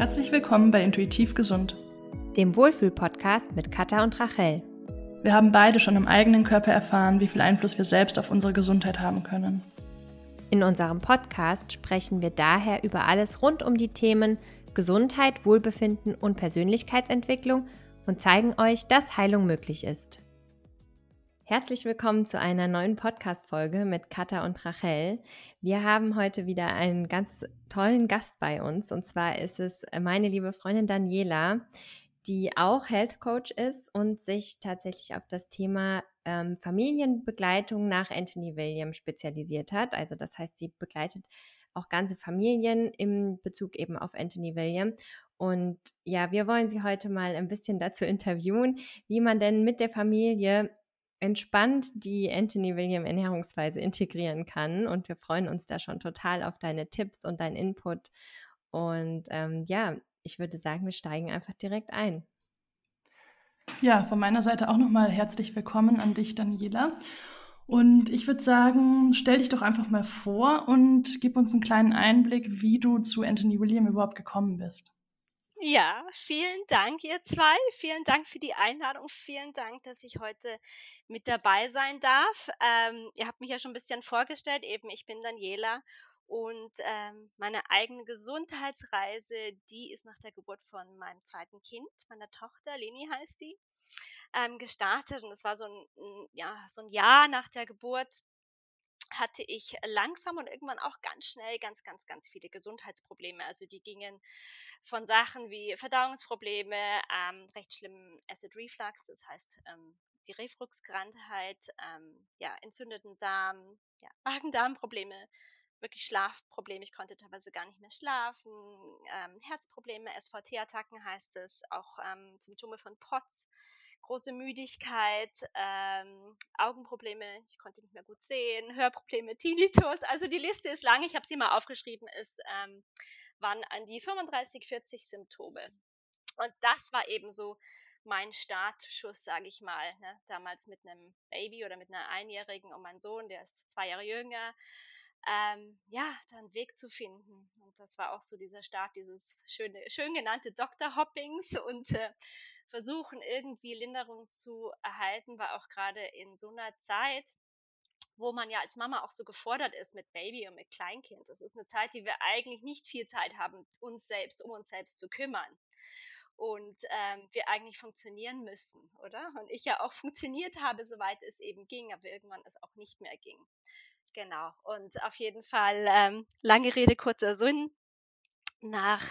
Herzlich willkommen bei Intuitiv Gesund, dem Wohlfühl-Podcast mit Katha und Rachel. Wir haben beide schon im eigenen Körper erfahren, wie viel Einfluss wir selbst auf unsere Gesundheit haben können. In unserem Podcast sprechen wir daher über alles rund um die Themen Gesundheit, Wohlbefinden und Persönlichkeitsentwicklung und zeigen euch, dass Heilung möglich ist. Herzlich willkommen zu einer neuen Podcast-Folge mit Katha und Rachel. Wir haben heute wieder einen ganz tollen Gast bei uns, und zwar ist es meine liebe Freundin Daniela, die auch Health Coach ist und sich tatsächlich auf das Thema Familienbegleitung nach Anthony William spezialisiert hat. Also das heißt, sie begleitet auch ganze Familien im Bezug eben auf Anthony William. Und ja, wir wollen sie heute mal ein bisschen dazu interviewen, wie man denn mit der Familie entspannt die Anthony William Ernährungsweise integrieren kann. Und wir freuen uns da schon total auf deine Tipps und deinen Input. Und ich würde sagen, wir steigen einfach direkt ein. Ja, von meiner Seite auch nochmal herzlich willkommen an dich, Daniela. Und ich würde sagen, stell dich doch einfach mal vor und gib uns einen kleinen Einblick, wie du zu Anthony William überhaupt gekommen bist. Ja, vielen Dank, ihr zwei. Vielen Dank für die Einladung. Vielen Dank, dass ich heute mit dabei sein darf. Ihr habt mich ja schon ein bisschen vorgestellt. Eben, ich bin Daniela und meine eigene Gesundheitsreise, die ist nach der Geburt von meinem zweiten Kind, meiner Tochter, Leni heißt die, gestartet. Und es war so ein Jahr nach der Geburt hatte ich langsam und irgendwann auch ganz schnell ganz viele Gesundheitsprobleme. Also die gingen von Sachen wie Verdauungsprobleme, recht schlimmen Acid Reflux, das heißt die Refluxkrankheit, entzündeten Darm, Magen-Darm-Probleme, wirklich Schlafprobleme. Ich konnte teilweise gar nicht mehr schlafen, Herzprobleme, SVT-Attacken heißt es, auch Symptome von POTS, große Müdigkeit, Augenprobleme, ich konnte nicht mehr gut sehen, Hörprobleme, Tinnitus, also die Liste ist lang, ich habe sie mal aufgeschrieben, es waren an die 35, 40 Symptome. Und das war eben so mein Startschuss, sage ich mal, ne? Damals mit einem Baby oder mit einer Einjährigen und meinem Sohn, der ist 2 Jahre jünger, da einen Weg zu finden. Und das war auch so dieser Start dieses schön genannte Doktor-Hoppings und versuchen irgendwie Linderung zu erhalten, war auch gerade in so einer Zeit, wo man ja als Mama auch so gefordert ist mit Baby und mit Kleinkind. Das ist eine Zeit, die wir eigentlich nicht viel Zeit haben, um uns selbst zu kümmern. Und wir eigentlich funktionieren müssen, oder? Und ich ja auch funktioniert habe, soweit es eben ging, aber irgendwann es auch nicht mehr ging. Genau. Und auf jeden Fall, lange Rede, kurzer Sinn. Nach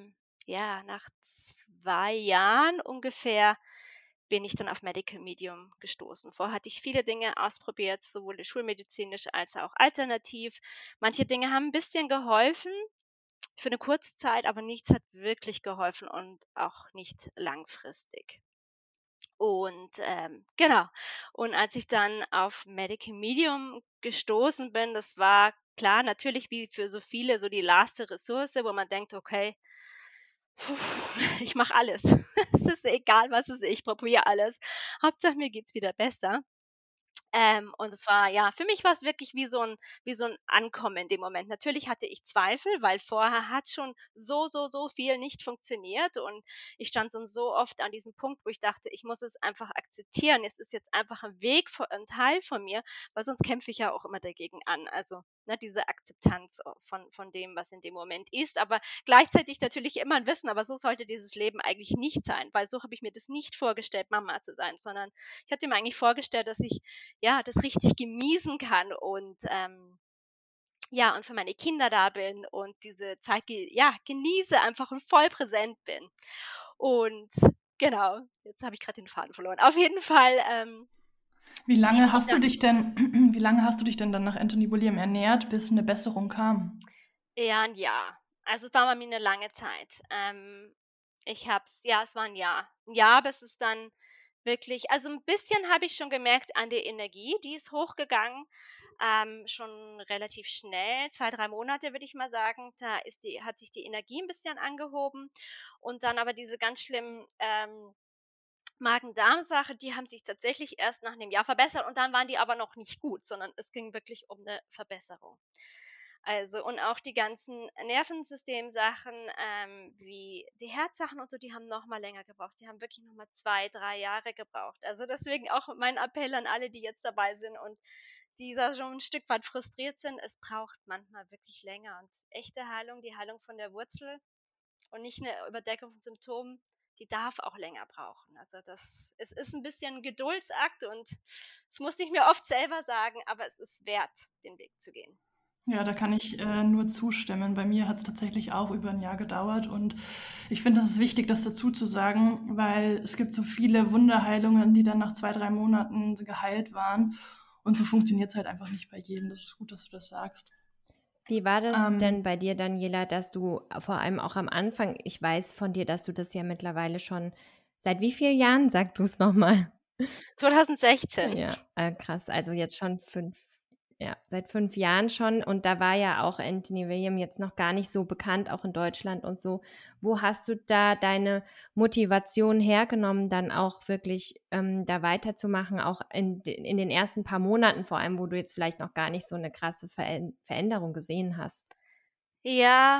2 Jahren ungefähr bin ich dann auf Medical Medium gestoßen. Vorher hatte ich viele Dinge ausprobiert, sowohl schulmedizinisch als auch alternativ. Manche Dinge haben ein bisschen geholfen für eine kurze Zeit, aber nichts hat wirklich geholfen und auch nicht langfristig. Und genau. Und als ich dann auf Medical Medium gestoßen bin, das war klar, natürlich wie für so viele so die letzte Ressource, wo man denkt, okay, ich mache alles. Es ist egal, was es ist, ich probiere alles. Hauptsache mir geht's wieder besser. Und es war ja, für mich war es wirklich wie so ein Ankommen in dem Moment. Natürlich hatte ich Zweifel, weil vorher hat schon so viel nicht funktioniert und ich stand so oft an diesem Punkt, wo ich dachte, ich muss es einfach akzeptieren. Es ist jetzt einfach ein Teil von mir, weil sonst kämpfe ich ja auch immer dagegen an. Also, ne, diese Akzeptanz von dem, was in dem Moment ist, aber gleichzeitig natürlich immer ein Wissen, aber so sollte dieses Leben eigentlich nicht sein, weil so habe ich mir das nicht vorgestellt, Mama zu sein, sondern ich hatte mir eigentlich vorgestellt, dass ich das richtig genießen kann und und für meine Kinder da bin und diese Zeit genieße einfach und voll präsent bin. Und genau, jetzt habe ich gerade den Faden verloren. Auf jeden Fall Wie bin lange ich hast du dann dich denn, wie lange hast du dich denn dann nach Anthony William ernährt, bis eine Besserung kam? eher ein Jahr. Also es war bei mir eine lange Zeit. Es war ein Jahr. Ein Jahr, bis es dann wirklich, also ein bisschen habe ich schon gemerkt an der Energie, die ist hochgegangen. Schon relativ schnell, 2, 3 Monate würde ich mal sagen, hat sich die Energie ein bisschen angehoben und dann aber diese ganz schlimmen Magen-Darm-Sache, die haben sich tatsächlich erst nach einem Jahr verbessert und dann waren die aber noch nicht gut, sondern es ging wirklich um eine Verbesserung. Also, und auch die ganzen Nervensystemsachen, wie die Herzsachen und so, die haben noch mal länger gebraucht. Die haben wirklich noch mal 2, 3 Jahre gebraucht. Also, deswegen auch mein Appell an alle, die jetzt dabei sind und die da schon ein Stück weit frustriert sind: Es braucht manchmal wirklich länger, und echte Heilung, die Heilung von der Wurzel und nicht eine Überdeckung von Symptomen, die darf auch länger brauchen. Also, es ist ein bisschen 'n Geduldsakt, und es muss ich mir oft selber sagen, aber es ist wert, den Weg zu gehen. Ja, da kann ich nur zustimmen. Bei mir hat es tatsächlich auch über ein Jahr gedauert und ich finde, das ist wichtig, das dazu zu sagen, weil es gibt so viele Wunderheilungen, die dann nach 2, 3 Monaten geheilt waren und so funktioniert es halt einfach nicht bei jedem. Das ist gut, dass du das sagst. Wie war das Ähm, denn bei dir, Daniela, dass du vor allem auch am Anfang, ich weiß von dir, dass du das ja mittlerweile schon seit wie vielen Jahren, sag du es nochmal? 2016. Ja, krass. Also jetzt schon seit 5 Jahren schon. Und da war ja auch Anthony William jetzt noch gar nicht so bekannt, auch in Deutschland und so. Wo hast du da deine Motivation hergenommen, dann auch wirklich da weiterzumachen, auch in den ersten paar Monaten vor allem, wo du jetzt vielleicht noch gar nicht so eine krasse Veränderung gesehen hast? Ja,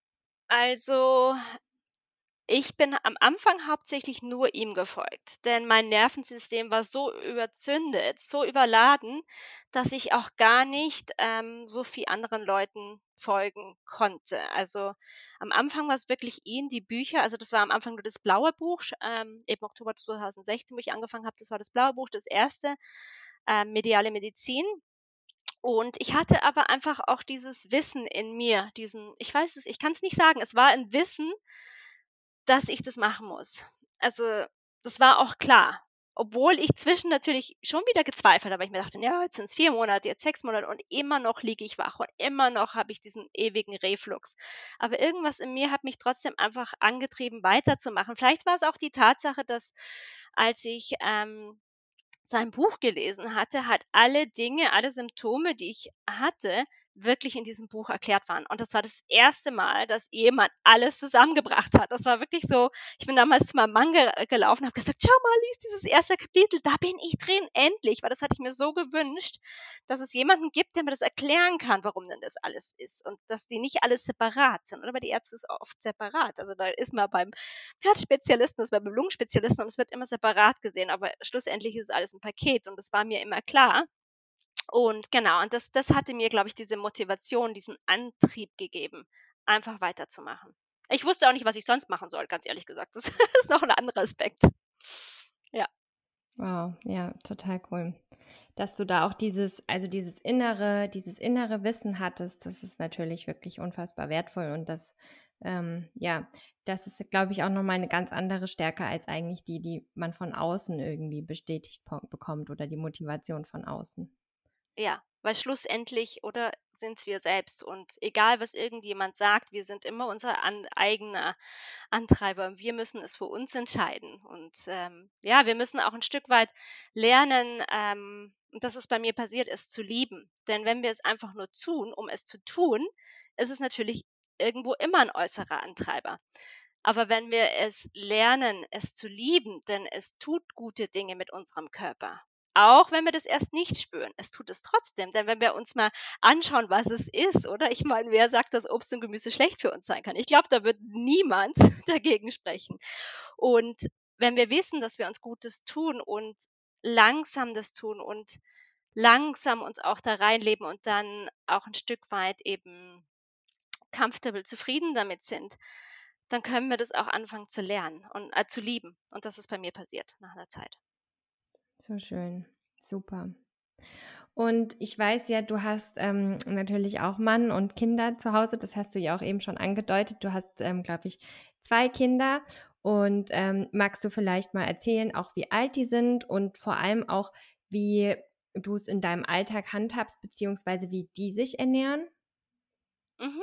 also ich bin am Anfang hauptsächlich nur ihm gefolgt, denn mein Nervensystem war so überzündet, so überladen, dass ich auch gar nicht, so viel anderen Leuten folgen konnte. Also, am Anfang war es wirklich ihn, die Bücher, also, das war am Anfang nur das blaue Buch, eben Oktober 2016, wo ich angefangen habe, das war das blaue Buch, das erste, Mediale Medizin. Und ich hatte aber einfach auch dieses Wissen in mir, ich weiß es, ich kann es nicht sagen, es war ein Wissen, dass ich das machen muss. Also, das war auch klar. Obwohl ich natürlich schon wieder gezweifelt habe, weil ich mir dachte: „Ja, jetzt sind es 4 Monate, jetzt 6 Monate und immer noch liege ich wach und immer noch habe ich diesen ewigen Reflux." Aber irgendwas in mir hat mich trotzdem einfach angetrieben, weiterzumachen. Vielleicht war es auch die Tatsache, dass, als ich, sein Buch gelesen hatte, halt alle Dinge, alle Symptome, die ich hatte, wirklich in diesem Buch erklärt waren. Und das war das erste Mal, dass jemand alles zusammengebracht hat. Das war wirklich so, ich bin damals zu meinem Mann gelaufen, habe gesagt: „Schau mal, lies dieses erste Kapitel, da bin ich drin, endlich." Weil das hatte ich mir so gewünscht, dass es jemanden gibt, der mir das erklären kann, warum denn das alles ist und dass die nicht alles separat sind, oder? Weil die Ärzte ist oft separat. Also, da ist man beim Herzspezialisten, das ist beim Lungenspezialisten, und es wird immer separat gesehen, aber schlussendlich ist alles ein Paket, und das war mir immer klar. Und genau, und das hatte mir, glaube ich, diese Motivation, diesen Antrieb gegeben, einfach weiterzumachen. Ich wusste auch nicht, was ich sonst machen soll, ganz ehrlich gesagt. Das ist noch ein anderer Aspekt. Ja, Wow, ja, total cool. Dass du da auch dieses innere Wissen hattest, das ist natürlich wirklich unfassbar wertvoll und ja, das ist, glaube ich, auch nochmal eine ganz andere Stärke als eigentlich die man von außen irgendwie bestätigt bekommt oder die Motivation von außen. ja, weil schlussendlich, oder, sind's wir selbst, und egal, was irgendjemand sagt, wir sind immer unser eigener Antreiber. Wir müssen es für uns entscheiden. Und ja, wir müssen auch ein Stück weit lernen, und das ist bei mir passiert, es zu lieben. Denn wenn wir es einfach nur tun, um es zu tun, ist es natürlich irgendwo immer ein äußerer Antreiber. Aber wenn wir es lernen, es zu lieben, denn es tut gute Dinge mit unserem Körper. Auch wenn wir das erst nicht spüren, es tut es trotzdem. Denn wenn wir uns mal anschauen, was es ist, oder? Ich meine, wer sagt, dass Obst und Gemüse schlecht für uns sein kann? Ich glaube, da wird niemand dagegen sprechen. Und wenn wir wissen, dass wir uns Gutes tun und langsam das tun und langsam uns auch da reinleben und dann auch ein Stück weit eben comfortable, zufrieden damit sind, dann können wir das auch anfangen zu lernen und, zu lieben. Und das ist bei mir passiert nach einer Zeit. So schön, super. Und ich weiß ja, du hast natürlich auch Mann und Kinder zu Hause. Das hast du ja auch eben schon angedeutet. Du hast, glaube ich, 2 Kinder. Und magst du vielleicht mal erzählen, auch wie alt die sind und vor allem auch, wie du es in deinem Alltag handhabst, beziehungsweise wie die sich ernähren? Mhm.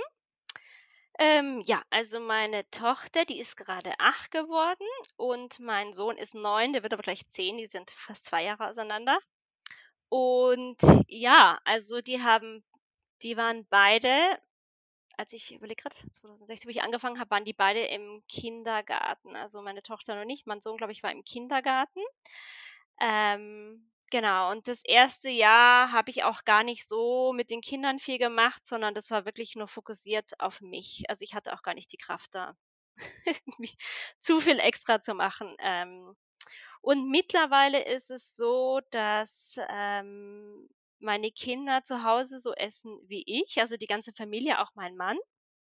Ja, also meine Tochter, die ist gerade 8 geworden, und mein Sohn ist 9, der wird aber gleich 10. Die sind fast 2 Jahre auseinander. Und ja, also die waren beide, als ich überlege grad, 2016, wo ich angefangen habe, waren die beide im Kindergarten. Also meine Tochter noch nicht, mein Sohn, glaube ich, war im Kindergarten. Genau, und das erste Jahr habe ich auch gar nicht so mit den Kindern viel gemacht, sondern das war wirklich nur fokussiert auf mich. Also, ich hatte auch gar nicht die Kraft, da irgendwie zu viel extra zu machen. Und mittlerweile ist es so, dass, meine Kinder zu Hause so essen wie ich, also die ganze Familie, auch mein Mann.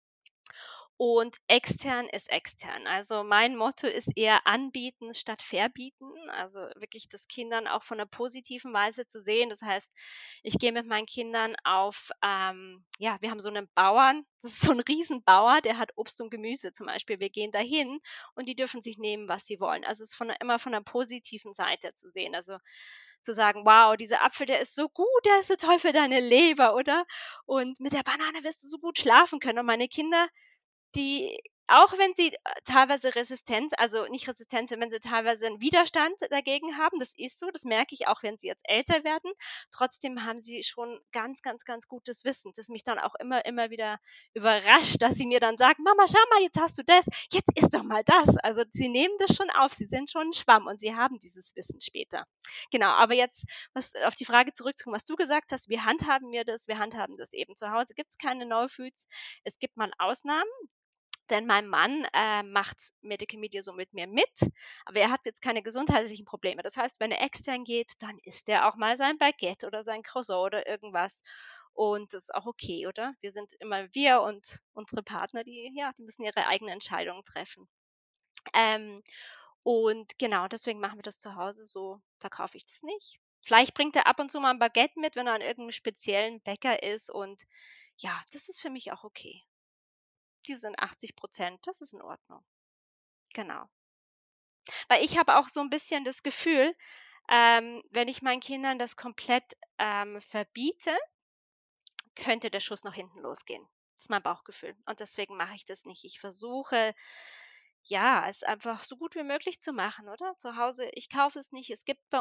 Und extern ist extern. Also, mein Motto ist eher anbieten statt verbieten. Also, wirklich das Kindern auch von 'ner positiven Weise zu sehen. Das heißt, ich gehe mit meinen Kindern auf, ja, wir haben so einen Bauern, das ist so 'n Riesenbauer, der hat Obst und Gemüse zum Beispiel. Wir gehen dahin und die dürfen sich nehmen, was sie wollen. Also, es ist immer von 'ner positiven Seite zu sehen. Also, zu sagen: „Wow, dieser Apfel, der ist so gut, der ist so toll für deine Leber, oder? Und mit der Banane wirst du so gut schlafen können.“ Und meine Kinder, die, auch wenn sie, teilweise resistent, also nicht resistent sind, wenn sie teilweise 'n Widerstand dagegen haben, das ist so, das merke ich auch, wenn sie jetzt älter werden. Trotzdem haben sie schon ganz, ganz, ganz gutes Wissen, das mich dann auch immer wieder überrascht, dass sie mir dann sagen: „Mama, schau mal, jetzt hast du das, jetzt iss doch mal das.“ Also, sie nehmen das schon auf, sie sind schon 'n Schwamm und sie haben dieses Wissen später. Genau, aber jetzt, was auf die Frage zurückzukommen, was du gesagt hast, wie handhaben wir das? Wir handhaben das eben. Zu Hause gibt's keine No Foods. Es gibt mal Ausnahmen, denn mein Mann, macht Medical Media so mit mir mit, aber er hat jetzt keine gesundheitlichen Probleme. Das heißt, wenn er extern geht, dann isst er auch mal sein Baguette oder sein Croissant oder irgendwas. Und das ist auch okay, oder? Wir sind immer wir und unsere Partner, die, ja, die müssen ihre eigenen Entscheidungen treffen. Ähm, und genau, deswegen machen wir das zu Hause so, verkaufe ich das nicht. Vielleicht bringt er ab und zu mal ein Baguette mit, wenn er an irgendeinem speziellen Bäcker ist, und ja, das ist für mich auch okay. Die sind 80%, das ist in Ordnung. Genau. Weil ich habe auch so 'n bisschen das Gefühl, wenn ich meinen Kindern das komplett, verbiete, könnte der Schuss nach hinten losgehen. Das ist mein Bauchgefühl. Und deswegen mache ich das nicht. Ich versuche, ja, es einfach so gut wie möglich zu machen, oder? Zu Hause, ich kaufe es nicht.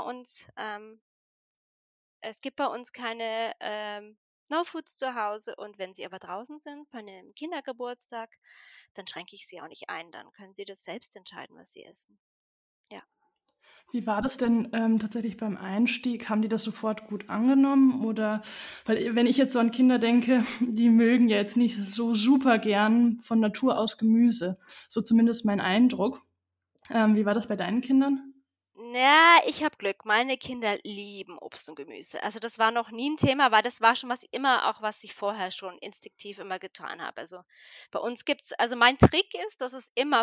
Es gibt bei uns keine, No Foods zu Hause, und wenn sie aber draußen sind bei 'nem Kindergeburtstag, dann schränke ich sie auch nicht ein. Dann können sie das selbst entscheiden, was sie essen. Ja. Wie war das denn, tatsächlich beim Einstieg? Haben die das sofort gut angenommen oder weil wenn ich jetzt so an Kinder denke, die mögen ja jetzt nicht so super gern von Natur aus Gemüse. So zumindest mein Eindruck. Wie war das bei deinen Kindern? Ja, ich habe Glück. Meine Kinder lieben Obst und Gemüse. Also, das war noch nie ein Thema, weil das war schon was ich vorher schon instinktiv immer getan habe. Also, bei uns gibt's, also, mein Trick ist, dass es immer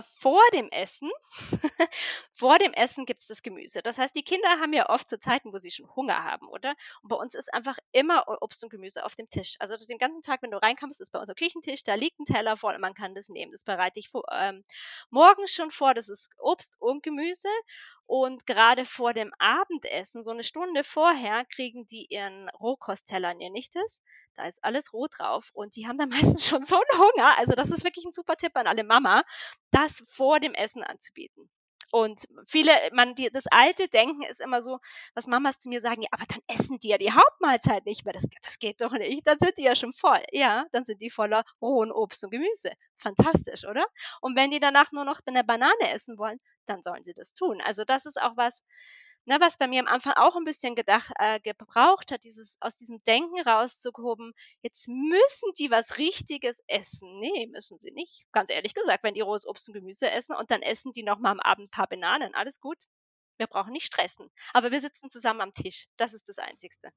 vor dem Essen gibt's das Gemüse. Das heißt, die Kinder haben ja oft zu Zeiten, wo sie schon Hunger haben, oder? Und bei uns ist einfach immer Obst und Gemüse auf dem Tisch. Also, das den ganzen Tag, wenn du reinkommst, ist bei uns der Küchentisch, da liegt ein Teller voll und man kann das nehmen. Das bereite ich morgens schon vor. Das ist Obst und Gemüse, und gerade vor dem Abendessen, so 'ne Stunde vorher, kriegen die ihren Rohkostteller, nenne ich das. Da ist alles roh drauf und die haben dann meistens schon so 'n Hunger. Also, das ist wirklich 'n super Tipp an alle Mama, das vor dem Essen anzubieten. Und das alte Denken ist immer so, was Mamas zu mir sagen: „Ja, aber dann essen die ja die Hauptmahlzeit nicht mehr. Das geht doch nicht. Dann sind die ja schon voll.“ Ja, dann sind die voller rohen Obst und Gemüse. Fantastisch, oder? Und wenn die danach nur noch 'ne Banane essen wollen, dann sollen sie das tun. Also, das ist auch was, ne, was bei mir am Anfang auch ein bisschen gebraucht hat, dieses, aus diesem Denken rauszukommen: „Jetzt müssen die was Richtiges essen.“ Ne, müssen sie nicht. Ganz ehrlich gesagt, wenn die rohes Obst und Gemüse essen und dann essen die noch mal am Abend ein paar Bananen, alles gut. Wir brauchen nicht stressen. Aber wir sitzen zusammen am Tisch. Das ist das Einzigste.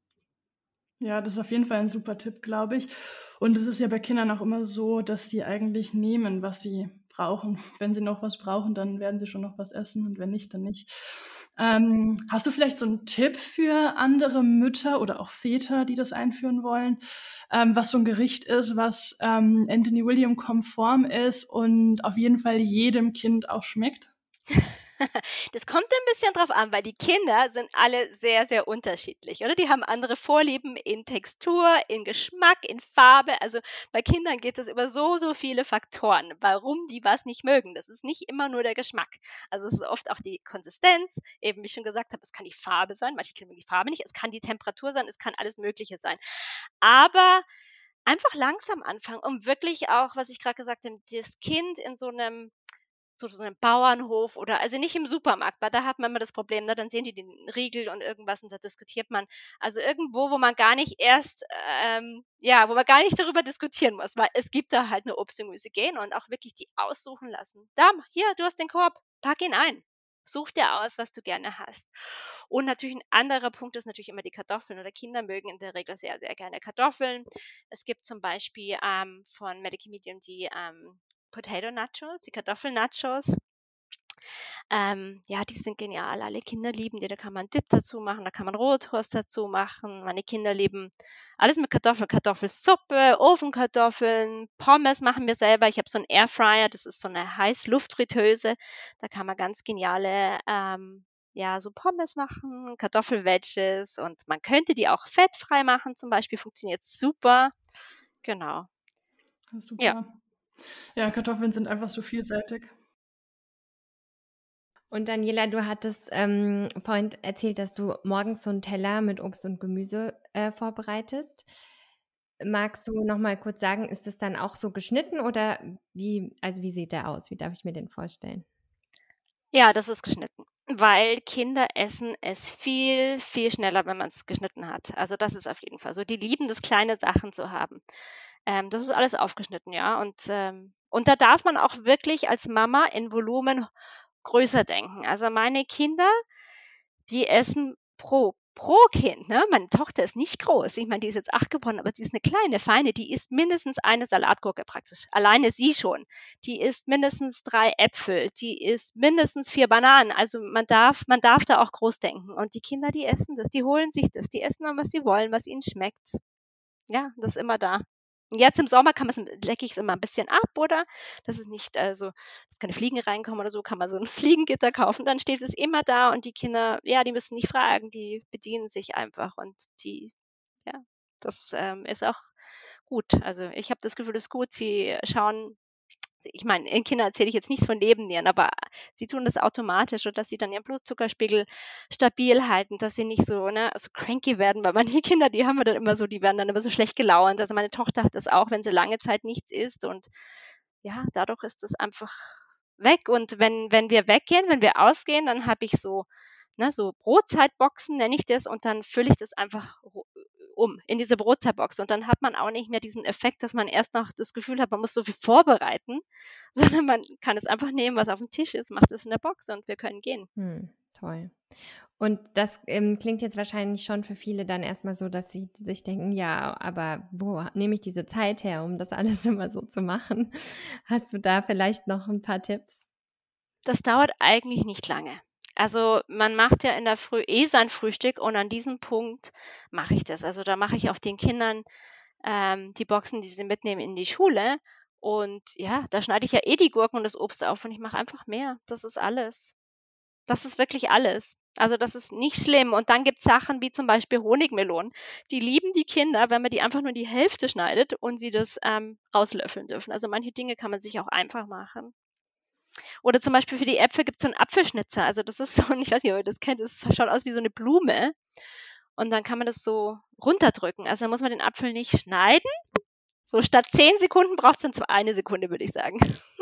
Ja, das ist auf jeden Fall ein super Tipp, glaube ich. Und es ist ja bei Kindern auch immer so, dass die eigentlich nehmen, was sie brauchen. Wenn sie noch was brauchen, dann werden sie schon noch was essen und wenn nicht, dann nicht. Hast du vielleicht so einen Tipp für andere Mütter oder auch Väter, die das einführen wollen, was so ein Gericht ist, was, Anthony William konform ist und auf jeden Fall jedem Kind auch schmeckt? Das kommt ein bisschen drauf an, weil die Kinder sind alle sehr, sehr unterschiedlich, oder? Die haben andere Vorlieben in Textur, in Geschmack, in Farbe. Also, bei Kindern geht es über so, so viele Faktoren, warum die was nicht mögen. Das ist nicht immer nur der Geschmack. Also, es ist oft auch die Konsistenz, eben wie ich schon gesagt habe, es kann die Farbe sein, manche Kinder mögen die Farbe nicht, es kann die Temperatur sein, es kann alles Mögliche sein. Aber einfach langsam anfangen, um wirklich auch, was ich gerade gesagt habe, das Kind in so einem zu so einem Bauernhof oder also nicht im Supermarkt, weil da hat man immer das Problem, ne, dann sehen die den Riegel und irgendwas und da diskutiert man. Also irgendwo, wo man gar nicht erst, wo man gar nicht darüber diskutieren muss, weil es gibt da halt nur Obst und Gemüse gehen und auch wirklich die aussuchen lassen. Da, hier, du hast den Korb, pack ihn ein. Such dir aus, was du gerne hast. Und natürlich ein anderer Punkt ist natürlich immer die Kartoffeln oder Kinder mögen in der Regel sehr, sehr gerne Kartoffeln. Es gibt zum Beispiel von Medical Medium die Potato Nachos, die Kartoffel-Nachos. Die sind genial. Alle Kinder lieben die. Da kann man Dip dazu machen, da kann man Rotost dazu machen. Meine Kinder lieben alles mit Kartoffeln. Kartoffelsuppe, Ofenkartoffeln, Pommes machen wir selber. Ich habe so einen Airfryer, das ist so eine Heißluftfritteuse. Da kann man ganz geniale so Pommes machen, Kartoffelwedges und man könnte die auch fettfrei machen zum Beispiel. Funktioniert super. Genau. Ja, super. Ja, Kartoffeln sind einfach so vielseitig. Und Daniela, du hattest vorhin erzählt, dass du morgens so einen Teller mit Obst und Gemüse vorbereitest. Magst du noch mal kurz sagen, ist das dann auch so geschnitten oder wie sieht der aus? Wie darf ich mir den vorstellen? Ja, das ist geschnitten, weil Kinder essen es viel, viel schneller, wenn man es geschnitten hat. Also das ist auf jeden Fall so. Die lieben das, kleine Sachen zu haben. Das ist alles aufgeschnitten, ja. Und da darf man auch wirklich als Mama in Volumen größer denken. Also meine Kinder, die essen pro Kind, ne? Meine Tochter ist nicht groß. Ich meine, die ist jetzt 8 geworden, aber sie ist eine kleine, feine. Die isst mindestens eine Salatgurke praktisch. Alleine sie schon. Die isst mindestens 3 Äpfel. Die isst mindestens 4 Bananen. Also man darf da auch groß denken. Und die Kinder, die essen das, die holen sich das. Die essen dann, was sie wollen, was ihnen schmeckt. Ja, das ist immer da. Jetzt im Sommer lecke ich es immer ein bisschen ab, oder? Dass es nicht, dass keine Fliegen reinkommen oder so, kann man so ein Fliegengitter kaufen, dann steht es immer da und die Kinder, ja, die müssen nicht fragen, die bedienen sich einfach und ja, das ist auch gut. Also ich habe das Gefühl, das ist gut. Sie schauen, ich meine, den Kindern erzähle ich jetzt nichts von Nebennieren, aber sie tun das automatisch, sodass sie dann ihren Blutzuckerspiegel stabil halten, dass sie nicht so, ne, so cranky werden, weil manche Kinder, die haben wir dann immer so, die werden dann immer so schlecht gelaunt. Also meine Tochter hat das auch, wenn sie lange Zeit nichts isst und ja, dadurch ist das einfach weg. Und wenn wir weggehen, wenn wir ausgehen, dann habe ich so, ne, so Brotzeitboxen nenne ich das und dann fülle ich das einfach in diese Brotzeitbox und dann hat man auch nicht mehr diesen Effekt, dass man erst noch das Gefühl hat, man muss so viel vorbereiten, sondern man kann es einfach nehmen, was auf dem Tisch ist, macht es in der Box und wir können gehen. Toll. Und das klingt jetzt wahrscheinlich schon für viele dann erstmal so, dass sie sich denken, ja, aber wo nehme ich diese Zeit her, um das alles immer so zu machen? Hast du da vielleicht noch ein paar Tipps? Das dauert eigentlich nicht lange. Also man macht ja in der Früh sein Frühstück und an diesem Punkt mache ich das. Also da mache ich auch den Kindern die Boxen, die sie mitnehmen in die Schule. Und ja, da schneide ich ja die Gurken und das Obst auf und ich mache einfach mehr. Das ist alles. Das ist wirklich alles. Also das ist nicht schlimm. Und dann gibt es Sachen wie zum Beispiel Honigmelonen. Die lieben die Kinder, wenn man die einfach nur die Hälfte schneidet und sie das rauslöffeln dürfen. Also manche Dinge kann man sich auch einfach machen. Oder zum Beispiel für die Äpfel gibt es so einen Apfelschnitzer. Also das ist so, ich weiß nicht, ob ihr das kennt, das schaut aus wie so eine Blume. Und dann kann man das so runterdrücken. Also dann muss man den Apfel nicht schneiden. So statt 10 Sekunden braucht es dann so 1 Sekunde, würde ich sagen.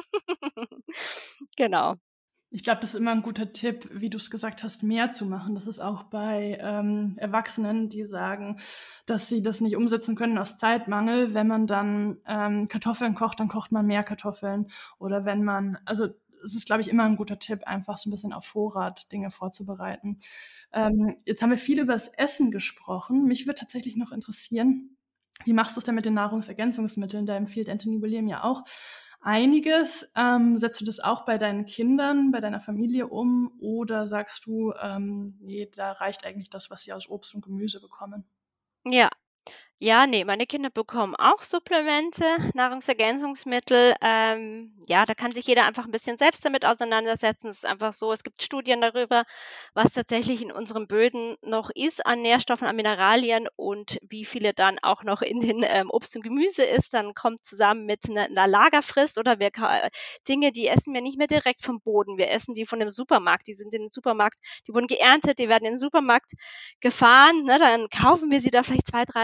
Genau. Ich glaube, das ist immer ein guter Tipp, wie du es gesagt hast, mehr zu machen. Das ist auch bei Erwachsenen, die sagen, dass sie das nicht umsetzen können aus Zeitmangel. Wenn man dann Kartoffeln kocht, dann kocht man mehr Kartoffeln. Oder wenn man, also es ist, glaube ich, immer ein guter Tipp, einfach so ein bisschen auf Vorrat Dinge vorzubereiten. Jetzt haben wir viel über das Essen gesprochen. Mich würde tatsächlich noch interessieren, wie machst du es denn mit den Nahrungsergänzungsmitteln? Da empfiehlt Anthony William ja auch einiges. Setzt du das auch bei deinen Kindern, bei deiner Familie um oder sagst du, nee, da reicht eigentlich das, was sie aus Obst und Gemüse bekommen? Ja. Ja, ne, meine Kinder bekommen auch Supplemente, Nahrungsergänzungsmittel. Da kann sich jeder einfach ein bisschen selbst damit auseinandersetzen. Es ist einfach so, es gibt Studien darüber, was tatsächlich in unseren Böden noch ist an Nährstoffen, an Mineralien und wie viele dann auch noch in den Obst und Gemüse ist. Dann kommt zusammen mit 'ner Lagerfrist oder Dinge, die essen wir nicht mehr direkt vom Boden. Wir essen die von dem Supermarkt. Die sind in den Supermarkt, die wurden geerntet, die werden in den Supermarkt gefahren, ne? Dann kaufen wir sie da vielleicht 2, 3 Tage später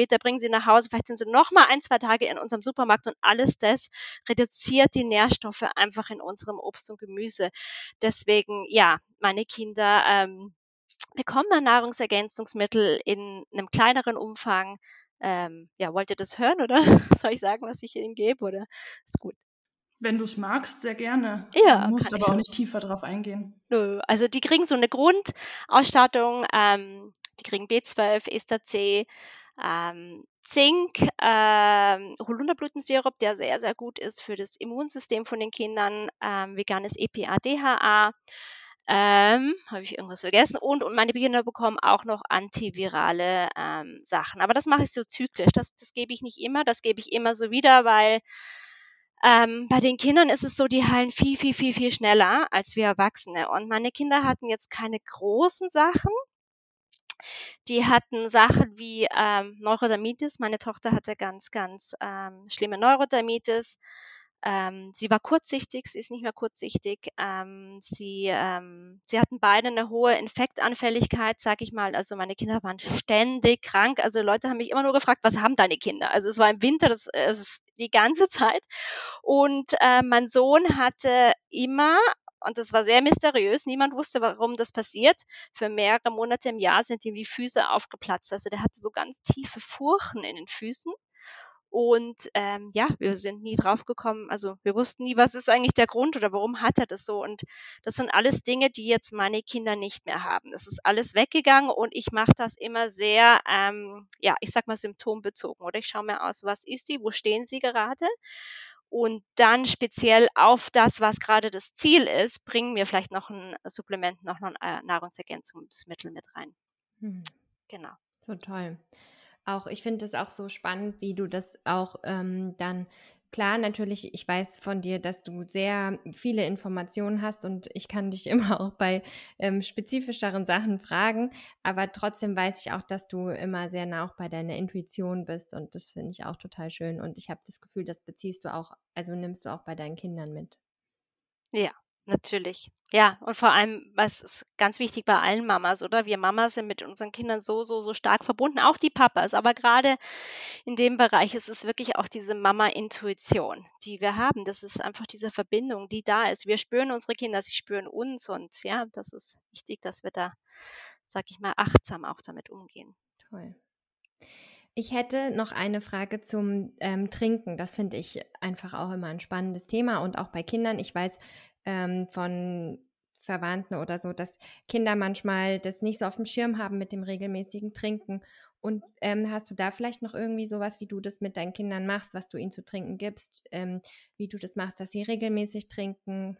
später bringen sie nach Hause, vielleicht sind sie noch mal 1, 2 Tage in unserem Supermarkt und alles das reduziert die Nährstoffe einfach in unserem Obst und Gemüse. Deswegen, ja, meine Kinder bekommen dann Nahrungsergänzungsmittel in einem kleineren Umfang. Ja, wollt ihr das hören oder soll ich sagen, was ich ihnen gebe, oder ist gut? Wenn du es magst, sehr gerne. Ja, Musst kann ich aber auch schon. nicht tiefer drauf eingehen. Nö, also die kriegen so eine Grundausstattung, die kriegen B12, Ester C, Zink, Holunderblütensirup, der sehr, sehr gut ist für das Immunsystem von den Kindern, veganes EPA, DHA, habe ich irgendwas vergessen? Und meine Kinder bekommen auch noch antivirale, Sachen. Aber das mache ich so zyklisch. Das gebe ich nicht immer, das gebe ich immer so wieder, weil bei den Kindern ist es so, die heilen viel, viel, viel, viel schneller als wir Erwachsene. Und meine Kinder hatten jetzt keine großen Sachen. Die hatten Sachen wie Neurodermitis. Meine Tochter hatte ganz, ganz schlimme Neurodermitis. Sie war kurzsichtig, sie ist nicht mehr kurzsichtig. Sie hatten beide eine hohe Infektanfälligkeit, sage ich mal. Also meine Kinder waren ständig krank. Also Leute haben mich immer nur gefragt, was haben deine Kinder? Also es war im Winter, das ist die ganze Zeit. Und mein Sohn hatte immer, und das war sehr mysteriös, niemand wusste, warum das passiert, für mehrere Monate im Jahr sind ihm die Füße aufgeplatzt. Also der hatte so ganz tiefe Furchen in den Füßen. Und ja, wir sind nie drauf gekommen, also wir wussten nie, was ist eigentlich der Grund oder warum hat er das so. Und das sind alles Dinge, die jetzt meine Kinder nicht mehr haben. Das ist alles weggegangen und ich mache das immer sehr, ja, ich sag mal symptombezogen. Oder ich schaue mir aus, was ist sie, wo stehen sie gerade? Und dann speziell auf das, was gerade das Ziel ist, bringen wir vielleicht noch ein Supplement, noch ein Nahrungsergänzungsmittel mit rein. Hm. Genau. So toll. Auch ich finde es auch so spannend, wie du das auch dann, klar, natürlich, ich weiß von dir, dass du sehr viele Informationen hast und ich kann dich immer auch bei spezifischeren Sachen fragen, aber trotzdem weiß ich auch, dass du immer sehr nah auch bei deiner Intuition bist und das finde ich auch total schön und ich habe das Gefühl, das beziehst du auch, also nimmst du auch bei deinen Kindern mit. Ja, natürlich. Ja, und vor allem, was ist ganz wichtig bei allen Mamas, oder? Wir Mamas sind mit unseren Kindern so, so, so stark verbunden, auch die Papas. Aber gerade in dem Bereich ist es wirklich auch diese Mama-Intuition, die wir haben. Das ist einfach diese Verbindung, die da ist. Wir spüren unsere Kinder, sie spüren uns. Und ja, das ist wichtig, dass wir da, sag ich mal, achtsam auch damit umgehen. Toll. Ich hätte noch eine Frage zum Trinken. Das finde ich einfach auch immer ein spannendes Thema und auch bei Kindern. Ich weiß von Verwandten oder so, dass Kinder manchmal das nicht so auf dem Schirm haben mit dem regelmäßigen Trinken. Und hast du da vielleicht noch irgendwie sowas, wie du das mit deinen Kindern machst, was du ihnen zu trinken gibst, wie du das machst, dass sie regelmäßig trinken?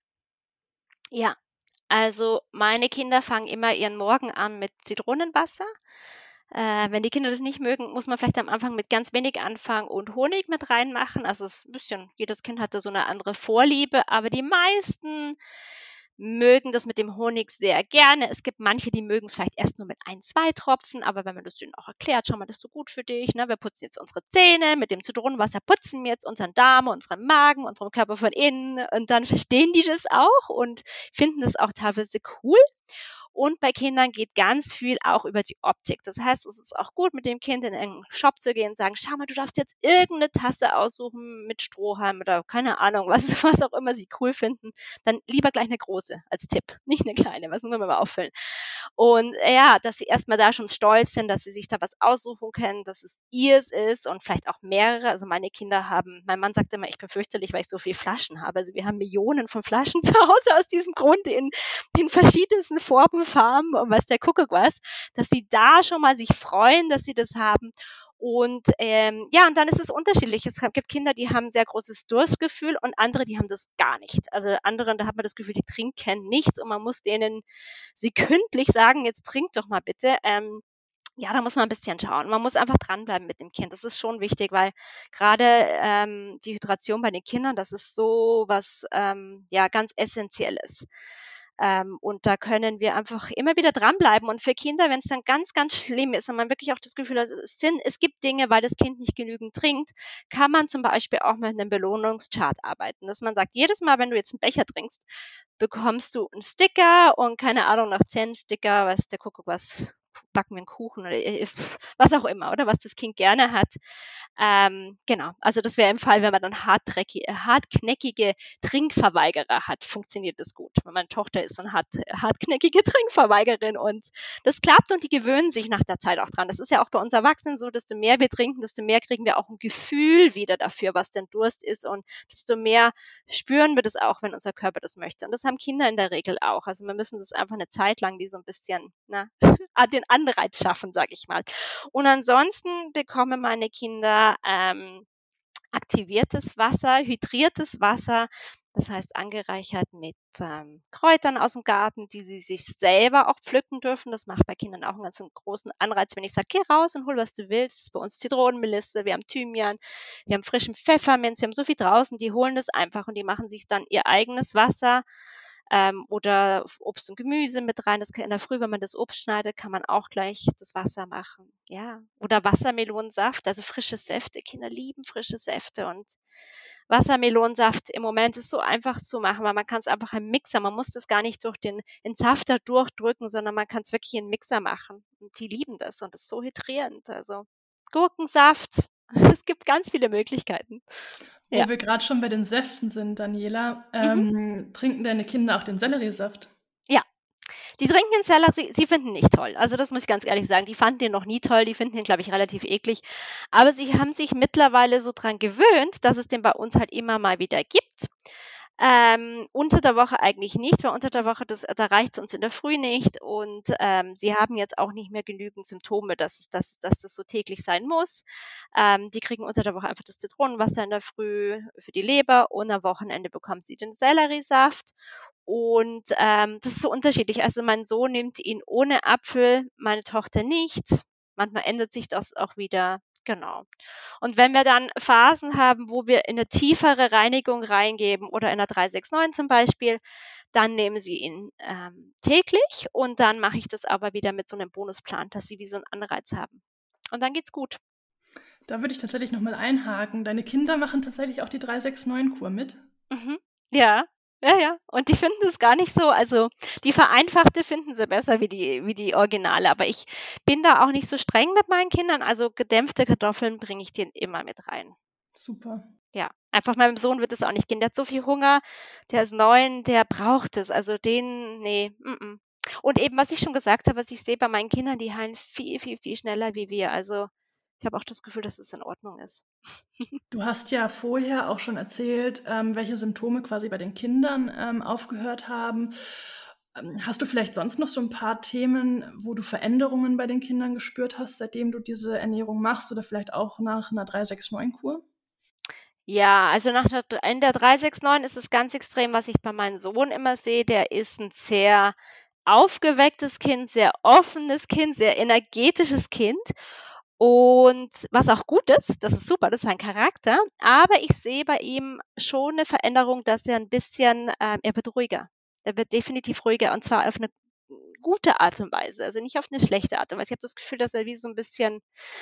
Ja, also meine Kinder fangen immer ihren Morgen an mit Zitronenwasser. Wenn die Kinder das nicht mögen, muss man vielleicht am Anfang mit ganz wenig anfangen und Honig mit reinmachen. Also es ist 'n bisschen, jedes Kind hat da so eine andere Vorliebe, aber die meisten mögen das mit dem Honig sehr gerne. Es gibt manche, die mögen es vielleicht erst nur mit 1, 2 Tropfen, aber wenn man das denen auch erklärt: „Schau mal, das ist so gut für dich, ne? Wir putzen jetzt unsere Zähne, mit dem Zitronenwasser putzen wir jetzt unseren Darm, unseren Magen, unseren Körper von innen“, und dann verstehen die das auch und finden das auch teilweise cool. Und bei Kindern geht ganz viel auch über die Optik. Das heißt, es ist auch gut, mit dem Kind in einen Shop zu gehen und sagen: „Schau mal, du darfst jetzt irgendeine Tasse aussuchen mit Strohhalm“ oder keine Ahnung, was was auch immer sie cool finden. Dann lieber gleich eine große als Tipp, nicht eine kleine, was muss man mal auffüllen. Und ja, dass sie erst mal da schon stolz sind, dass sie sich da was aussuchen können, dass es ihrs ist und vielleicht auch mehrere. Also, meine Kinder haben, mein Mann sagt immer, ich bin fürchterlich, weil ich so viel Flaschen habe. Also, wir haben Millionen von Flaschen zu Hause aus diesem Grund in den verschiedensten Formen, Farben und weiß der Kuckuck was, dass sie da schon mal sich freuen, dass sie das haben. Und ja, und dann ist es unterschiedlich. Es gibt Kinder, die haben sehr großes Durstgefühl und andere, die haben das gar nicht. Also anderen, da hat man das Gefühl, die trinken nichts und man muss denen sekündlich sagen, jetzt trink doch mal bitte. Ja, da muss man ein bisschen schauen. Man muss einfach dranbleiben mit dem Kind. Das ist schon wichtig, weil gerade die Hydration bei den Kindern, das ist so was, ja, ganz Essenzielles. Und da können wir einfach immer wieder dranbleiben. Und für Kinder, wenn es dann ganz, ganz schlimm ist und man wirklich auch das Gefühl hat, es gibt Dinge, weil das Kind nicht genügend trinkt, kann man zum Beispiel auch mit einem Belohnungschart arbeiten, dass man sagt: „Jedes Mal, wenn du jetzt einen Becher trinkst, bekommst du einen Sticker und keine Ahnung, nach 10 Sticker, weiß der Kuckuck was, backen wir einen Kuchen oder was auch immer, oder was das Kind gerne hat. Genau, also das wäre im Fall, wenn man dann hartknäckige Trinkverweigerer hat, funktioniert das gut. Meine Tochter ist so eine hartknäckige Trinkverweigerin und das klappt und die gewöhnen sich nach der Zeit auch dran. Das ist ja auch bei uns Erwachsenen so, desto mehr wir trinken, desto mehr kriegen wir auch ein Gefühl wieder dafür, was denn Durst ist und desto mehr spüren wir das auch, wenn unser Körper das möchte. Und das haben Kinder in der Regel auch. Also wir müssen das einfach eine Zeit lang wie so ein bisschen den Anreiz schaffen, sage ich mal. Und ansonsten bekommen meine Kinder aktiviertes Wasser, hydriertes Wasser, das heißt angereichert mit Kräutern aus dem Garten, die sie sich selber auch pflücken dürfen. Das macht bei Kindern auch einen ganz großen Anreiz, wenn ich sage, geh raus und hol, was du willst. Das ist bei uns Zitronenmelisse, wir haben Thymian, wir haben frischen Pfefferminz, wir haben so viel draußen, die holen das einfach und die machen sich dann ihr eigenes Wasser oder Obst und Gemüse mit rein. Das kann in der Früh, wenn man das Obst schneidet, kann man auch gleich das Wasser machen. Ja, oder Wassermelonensaft, also frische Säfte. Kinder lieben frische Säfte und Wassermelonensaft im Moment ist so einfach zu machen, weil man kann es einfach im Mixer, man muss das gar nicht durch den Entsafter durchdrücken, sondern man kann es wirklich in 'n Mixer machen. Und die lieben das und das ist so hydrierend. Also Gurkensaft, es gibt ganz viele Möglichkeiten. Ja. Wo wir gerade schon bei den Säften sind, Daniela, trinken deine Kinder auch den Selleriesaft? Ja. Die trinken den Sellerie, sie finden ihn nicht toll. Also das muss ich ganz ehrlich sagen. Die fanden den noch nie toll, die finden ihn, glaube ich, relativ eklig. Aber sie haben sich mittlerweile so dran gewöhnt, dass es den bei uns halt immer mal wieder gibt. Unter der Woche eigentlich nicht, weil unter der Woche, da reicht es uns in der Früh nicht. Und sie haben jetzt auch nicht mehr genügend Symptome, dass das so täglich sein muss. Die kriegen unter der Woche einfach das Zitronenwasser in der Früh für die Leber und am Wochenende bekommen sie den Selleriesaft. Und das ist so unterschiedlich. Also mein Sohn nimmt ihn ohne Apfel, meine Tochter nicht. Manchmal ändert sich das auch wieder. Genau. Und wenn wir dann Phasen haben, wo wir in eine tiefere Reinigung reingeben oder in der 369 zum Beispiel, dann nehmen sie ihn täglich und dann mache ich das aber wieder mit so einem Bonusplan, dass sie wie so einen Anreiz haben. Und dann geht's gut. Da würde ich tatsächlich noch mal einhaken. Deine Kinder machen tatsächlich auch die 369-Kur mit? Mhm. Ja, ja, ja. Und die finden es gar nicht so, also die vereinfachte finden sie besser wie die Originale. Aber ich bin da auch nicht so streng mit meinen Kindern. Also gedämpfte Kartoffeln bringe ich denen immer mit rein. Super. Ja, einfach meinem Sohn wird es auch nicht gehen. Der hat so viel Hunger, der ist 9, der braucht es. Also nee. Und eben, was ich schon gesagt habe, was ich sehe bei meinen Kindern, die heilen viel, viel, viel schneller wie wir. Also ich habe auch das Gefühl, dass es in Ordnung ist. Du hast ja vorher auch schon erzählt, welche Symptome quasi bei den Kindern aufgehört haben. Hast du vielleicht sonst noch so ein paar Themen, wo du Veränderungen bei den Kindern gespürt hast, seitdem du diese Ernährung machst oder vielleicht auch nach einer 369-Kur? Ja, also in der 369 ist es ganz extrem, was ich bei meinem Sohn immer sehe. Der ist ein sehr aufgewecktes Kind, sehr offenes Kind, sehr energetisches Kind. Und was auch gut ist, das ist super, das ist sein Charakter. Aber ich sehe bei ihm schon eine Veränderung, dass er ein bisschen, er wird ruhiger. Er wird definitiv ruhiger und zwar auf eine gute Art und Weise, also nicht auf eine schlechte Art und Weise. Ich habe das Gefühl, dass er wie so ein bisschen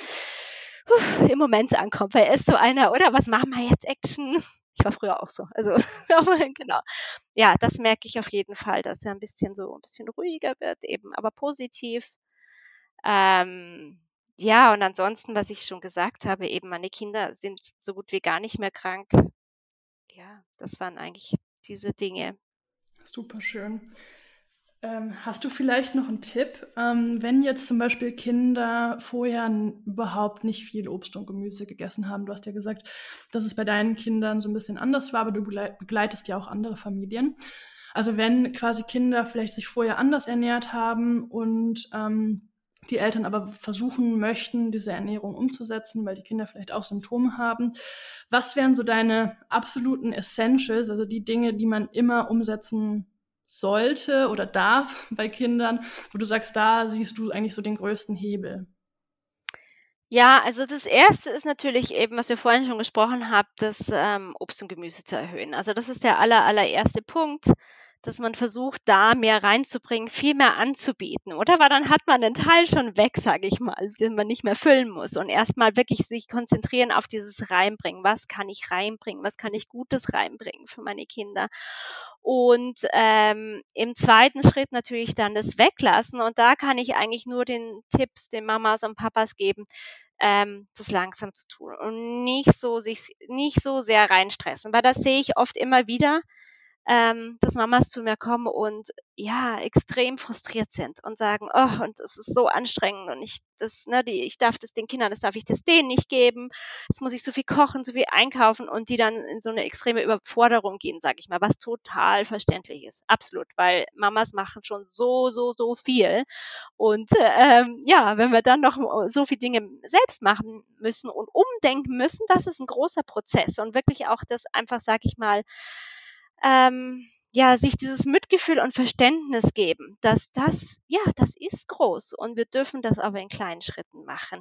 im Moment ankommt, weil er ist so einer, oder was machen wir jetzt, Action? Ich war früher auch so, also aber genau. Ja, das merke ich auf jeden Fall, dass er ein bisschen ruhiger wird eben, aber positiv. Ja, und ansonsten, was ich schon gesagt habe, eben meine Kinder sind so gut wie gar nicht mehr krank. Ja, das waren eigentlich diese Dinge. Super schön. Hast du vielleicht noch einen Tipp, wenn jetzt zum Beispiel Kinder vorher überhaupt nicht viel Obst und Gemüse gegessen haben? Du hast ja gesagt, dass es bei deinen Kindern so ein bisschen anders war, aber du begleitest ja auch andere Familien. Also wenn quasi Kinder vielleicht sich vorher anders ernährt haben und die Eltern aber versuchen möchten, diese Ernährung umzusetzen, weil die Kinder vielleicht auch Symptome haben. Was wären so deine absoluten Essentials, also die Dinge, die man immer umsetzen sollte oder darf bei Kindern, wo du sagst, da siehst du eigentlich so den größten Hebel? Ja, also das Erste ist natürlich eben, was wir vorhin schon gesprochen haben, das Obst und Gemüse zu erhöhen. Also das ist der allererste Punkt. dass man versucht, da mehr reinzubringen, viel mehr anzubieten, oder? Weil dann hat man den Teil schon weg, sage ich mal, den man nicht mehr füllen muss und erstmal wirklich sich konzentrieren auf dieses Reinbringen. Was kann ich reinbringen? Was kann ich Gutes reinbringen für meine Kinder? Und im zweiten Schritt natürlich dann das Weglassen. Und da kann ich eigentlich nur den Tipps den Mamas und Papas geben, das langsam zu tun und nicht so sehr reinstressen, weil das sehe ich oft immer wieder, dass Mamas zu mir kommen und ja, extrem frustriert sind und sagen, oh, und es ist so anstrengend und ich darf das den Kindern, das darf ich das denen nicht geben. Jetzt muss ich so viel kochen, so viel einkaufen und die dann in so eine extreme Überforderung gehen, sage ich mal, was total verständlich ist. Absolut, weil Mamas machen schon so viel. Und ja, wenn wir dann noch so viele Dinge selbst machen müssen und umdenken müssen, das ist ein großer Prozess und wirklich auch das einfach, sage ich mal, ja, sich dieses Mitgefühl und Verständnis geben, dass das ist groß und wir dürfen das aber in kleinen Schritten machen.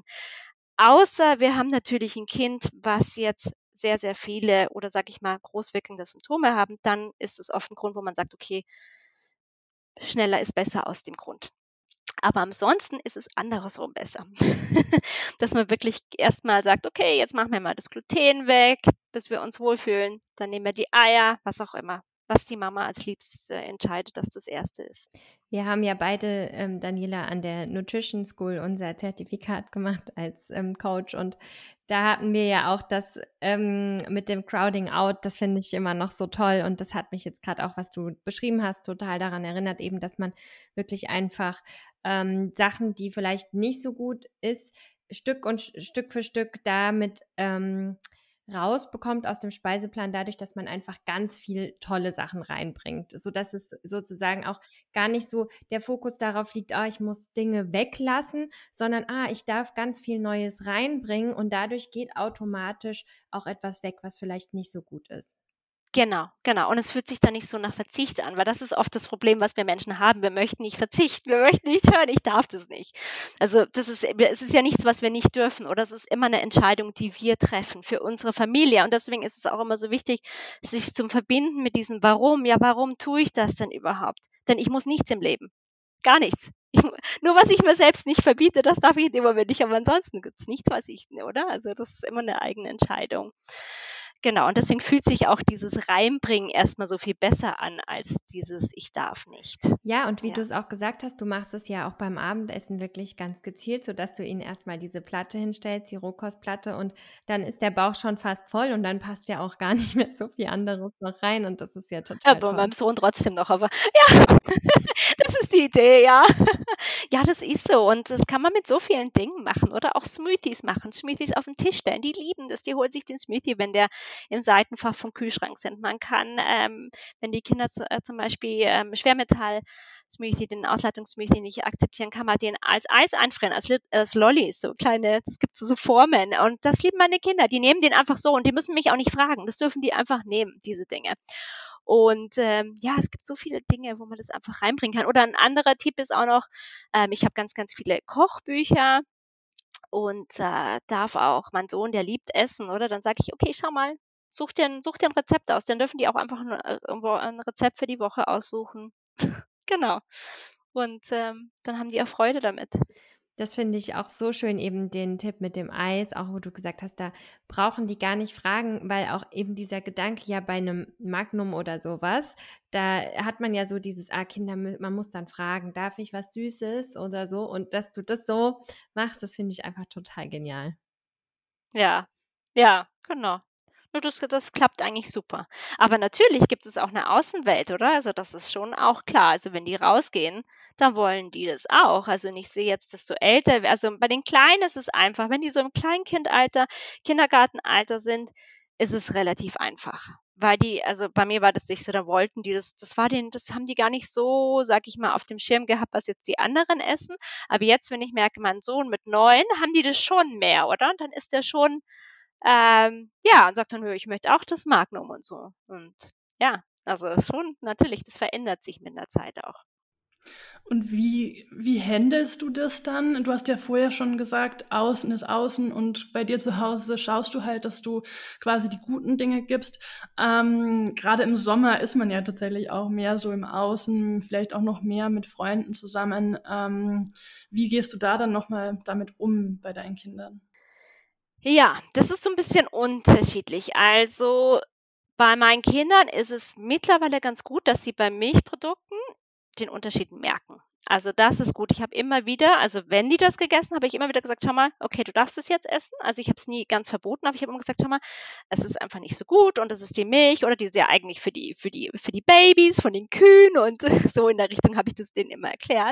Außer wir haben natürlich ein Kind, was jetzt sehr, sehr viele oder sage ich mal, großwirkende Symptome haben, dann ist es oft ein Grund, wo man sagt: „Okay, schneller ist besser aus dem Grund.“ Aber ansonsten ist es andersrum besser. Dass man wirklich erstmal sagt: „Okay, jetzt machen wir mal das Gluten weg, bis wir uns wohlfühlen. Dann nehmen wir die Eier“, was auch immer, was die Mama als Liebstes entscheidet, dass das Erste ist. Wir haben ja beide, Daniela, an der Nutrition School unser Zertifikat gemacht als Coach und da hatten wir ja auch das mit dem Crowding Out, das finde ich immer noch so toll und das hat mich jetzt gerade auch, was du beschrieben hast, total daran erinnert, eben, dass man wirklich einfach Sachen, die vielleicht nicht so gut ist, Stück für Stück damit rausbekommt aus dem Speiseplan, dadurch, dass man einfach ganz viel tolle Sachen reinbringt, sodass es sozusagen auch gar nicht so der Fokus darauf liegt, ich muss Dinge weglassen, sondern ich darf ganz viel Neues reinbringen und dadurch geht automatisch auch etwas weg, was vielleicht nicht so gut ist. Genau, genau. Und es fühlt sich dann nicht so nach Verzicht an, weil das ist oft das Problem, was wir Menschen haben. Wir möchten nicht verzichten, wir möchten nicht hören, ich darf das nicht. Also es ist ja nichts, was wir nicht dürfen, oder es ist immer eine Entscheidung, die wir treffen für unsere Familie. Und deswegen ist es auch immer so wichtig, sich zum Verbinden mit diesem Warum. Ja, warum tue ich das denn überhaupt? Denn ich muss nichts im Leben. Gar nichts. Nur was ich mir selbst nicht verbiete, das darf ich in dem Moment nicht, aber ansonsten gibt es nichts, was ich, oder? Also das ist immer eine eigene Entscheidung. Genau, und deswegen fühlt sich auch dieses Reinbringen erstmal so viel besser an als dieses „Ich darf nicht“. Ja, und wie du Ja. es auch gesagt hast, du machst es ja auch beim Abendessen wirklich ganz gezielt, sodass du ihnen erstmal diese Platte hinstellst, die Rohkostplatte, und dann ist der Bauch schon fast voll und dann passt ja auch gar nicht mehr so viel anderes noch rein und das ist ja total Bei toll. meinem Sohn trotzdem noch, aber ja, das ist die Idee, ja. Ja, das ist so und das kann man mit so vielen Dingen machen oder auch Smoothies machen, Smoothies auf den Tisch stellen. Die lieben das, die holen sich den Smoothie, wenn der im Seitenfach vom Kühlschrank sind. Man kann, wenn die Kinder zum Beispiel, Schwermetall-Smoothie, den Ausleitungssmoothie nicht akzeptieren, kann man den als Eis einfrieren, als Lollis, so kleine, es gibt so Formen und das lieben meine Kinder. Die nehmen den einfach so und die müssen mich auch nicht fragen. Das dürfen die einfach nehmen, diese Dinge. Und ja, es gibt so viele Dinge, wo man das einfach reinbringen kann. Oder ein anderer Tipp ist auch noch, ich habe ganz viele Kochbücher und darf auch mein Sohn, der liebt Essen, oder? Dann sage ich: „Okay, schau mal, such dir 'n Rezept aus.“ Dann dürfen die auch einfach 'n irgendwo ein Rezept für die Woche aussuchen. Genau. Und dann haben die auch Freude damit. Das finde ich auch so schön, eben den Tipp mit dem Eis, auch wo du gesagt hast, da brauchen die gar nicht fragen, weil auch eben dieser Gedanke ja bei einem Magnum oder sowas, da hat man ja so dieses, Kinder, man muss dann fragen, darf ich was Süßes oder so? Und dass du das so machst, das finde ich einfach total genial. Ja, ja, genau. Ne, das klappt eigentlich super. Aber natürlich gibt es auch 'ne Außenwelt, oder? Also, das ist schon auch klar. Also, wenn die rausgehen, dann wollen die das auch. Also, und ich sehe jetzt, desto älter also, bei den Kleinen ist es einfach. Wenn die so im Kleinkindalter, Kindergartenalter sind, ist es relativ einfach. Weil die also, bei mir war das nicht so, da wollten die das haben die gar nicht so, sage ich mal, auf dem Schirm gehabt, was jetzt die anderen essen. Aber jetzt, wenn ich merke, mein Sohn mit 9, haben die das schon mehr, oder? Und dann ist der schon ja, und sagt dann: „Nö, ich möchte auch das Magnum“ und so. Und ja, also schon natürlich, das verändert sich mit der Zeit auch. Und wie handelst du das dann? Du hast ja vorher schon gesagt, außen ist außen und bei dir zu Hause schaust du halt, dass du quasi die guten Dinge gibst. Gerade im Sommer ist man ja tatsächlich auch mehr so im Außen, vielleicht auch noch mehr mit Freunden zusammen. Wie gehst du da dann nochmal damit um bei deinen Kindern? Ja, das ist so ein bisschen unterschiedlich. Also, bei meinen Kindern ist es mittlerweile ganz gut, dass sie bei Milchprodukten den Unterschied merken. Also, das ist gut. Ich habe immer wieder also, wenn die das gegessen habe ich immer wieder gesagt: „Schau mal, okay, du darfst es jetzt essen.“ Also, ich habe es nie ganz verboten, aber ich habe immer gesagt: „Schau mal, es ist einfach nicht so gut und das ist die Milch oder die ist ja eigentlich für die Babys von den Kühen“ und so in der Richtung habe ich das denen immer erklärt.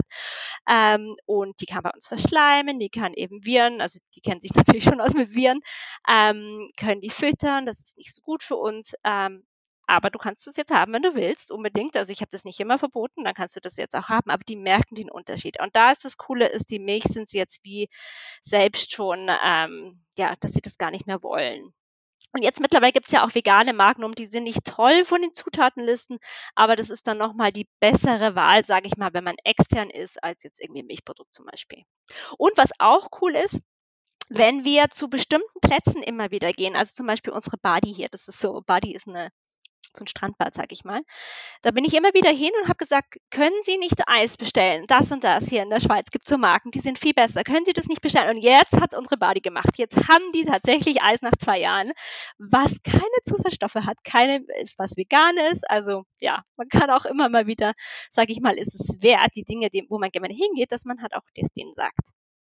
Und die kann bei uns verschleimen, die kann eben Viren also, die kennen sich natürlich schon aus mit Viren, können die füttern, das ist nicht so gut für uns. Aber du kannst es jetzt haben, wenn du willst, unbedingt. Also, ich habe das nicht immer verboten, dann kannst du das jetzt auch haben, aber die merken den Unterschied. Und da ist das Coole ist, die Milch sind sie jetzt wie selbst schon, ja, dass sie das gar nicht mehr wollen. Und jetzt mittlerweile gibt's ja auch vegane Magnum, die sind nicht toll von den Zutatenlisten, aber das ist dann noch mal die bessere Wahl, sage ich mal, wenn man extern ist, als jetzt irgendwie 'n Milchprodukt zum Beispiel. Und was auch cool ist, wenn wir zu bestimmten Plätzen immer wieder gehen, also, zum Beispiel unsere Badi hier, das ist so Badi ist 'ne so 'n Strandbad, sage ich mal. Da bin ich immer wieder hin und habe gesagt: „Können Sie nicht Eis bestellen? Das und das hier in der Schweiz gibt's so Marken, die sind viel besser. Können Sie das nicht bestellen?“ Und jetzt hat's unsere Badi gemacht. Jetzt haben die tatsächlich Eis nach 2 Jahren, was keine Zusatzstoffe hat, keine ist was Veganes. Also, ja, man kann auch immer mal wieder, sage ich mal, ist es wert, die Dinge, die wo man gerne hingeht, dass man halt auch das denen sagt.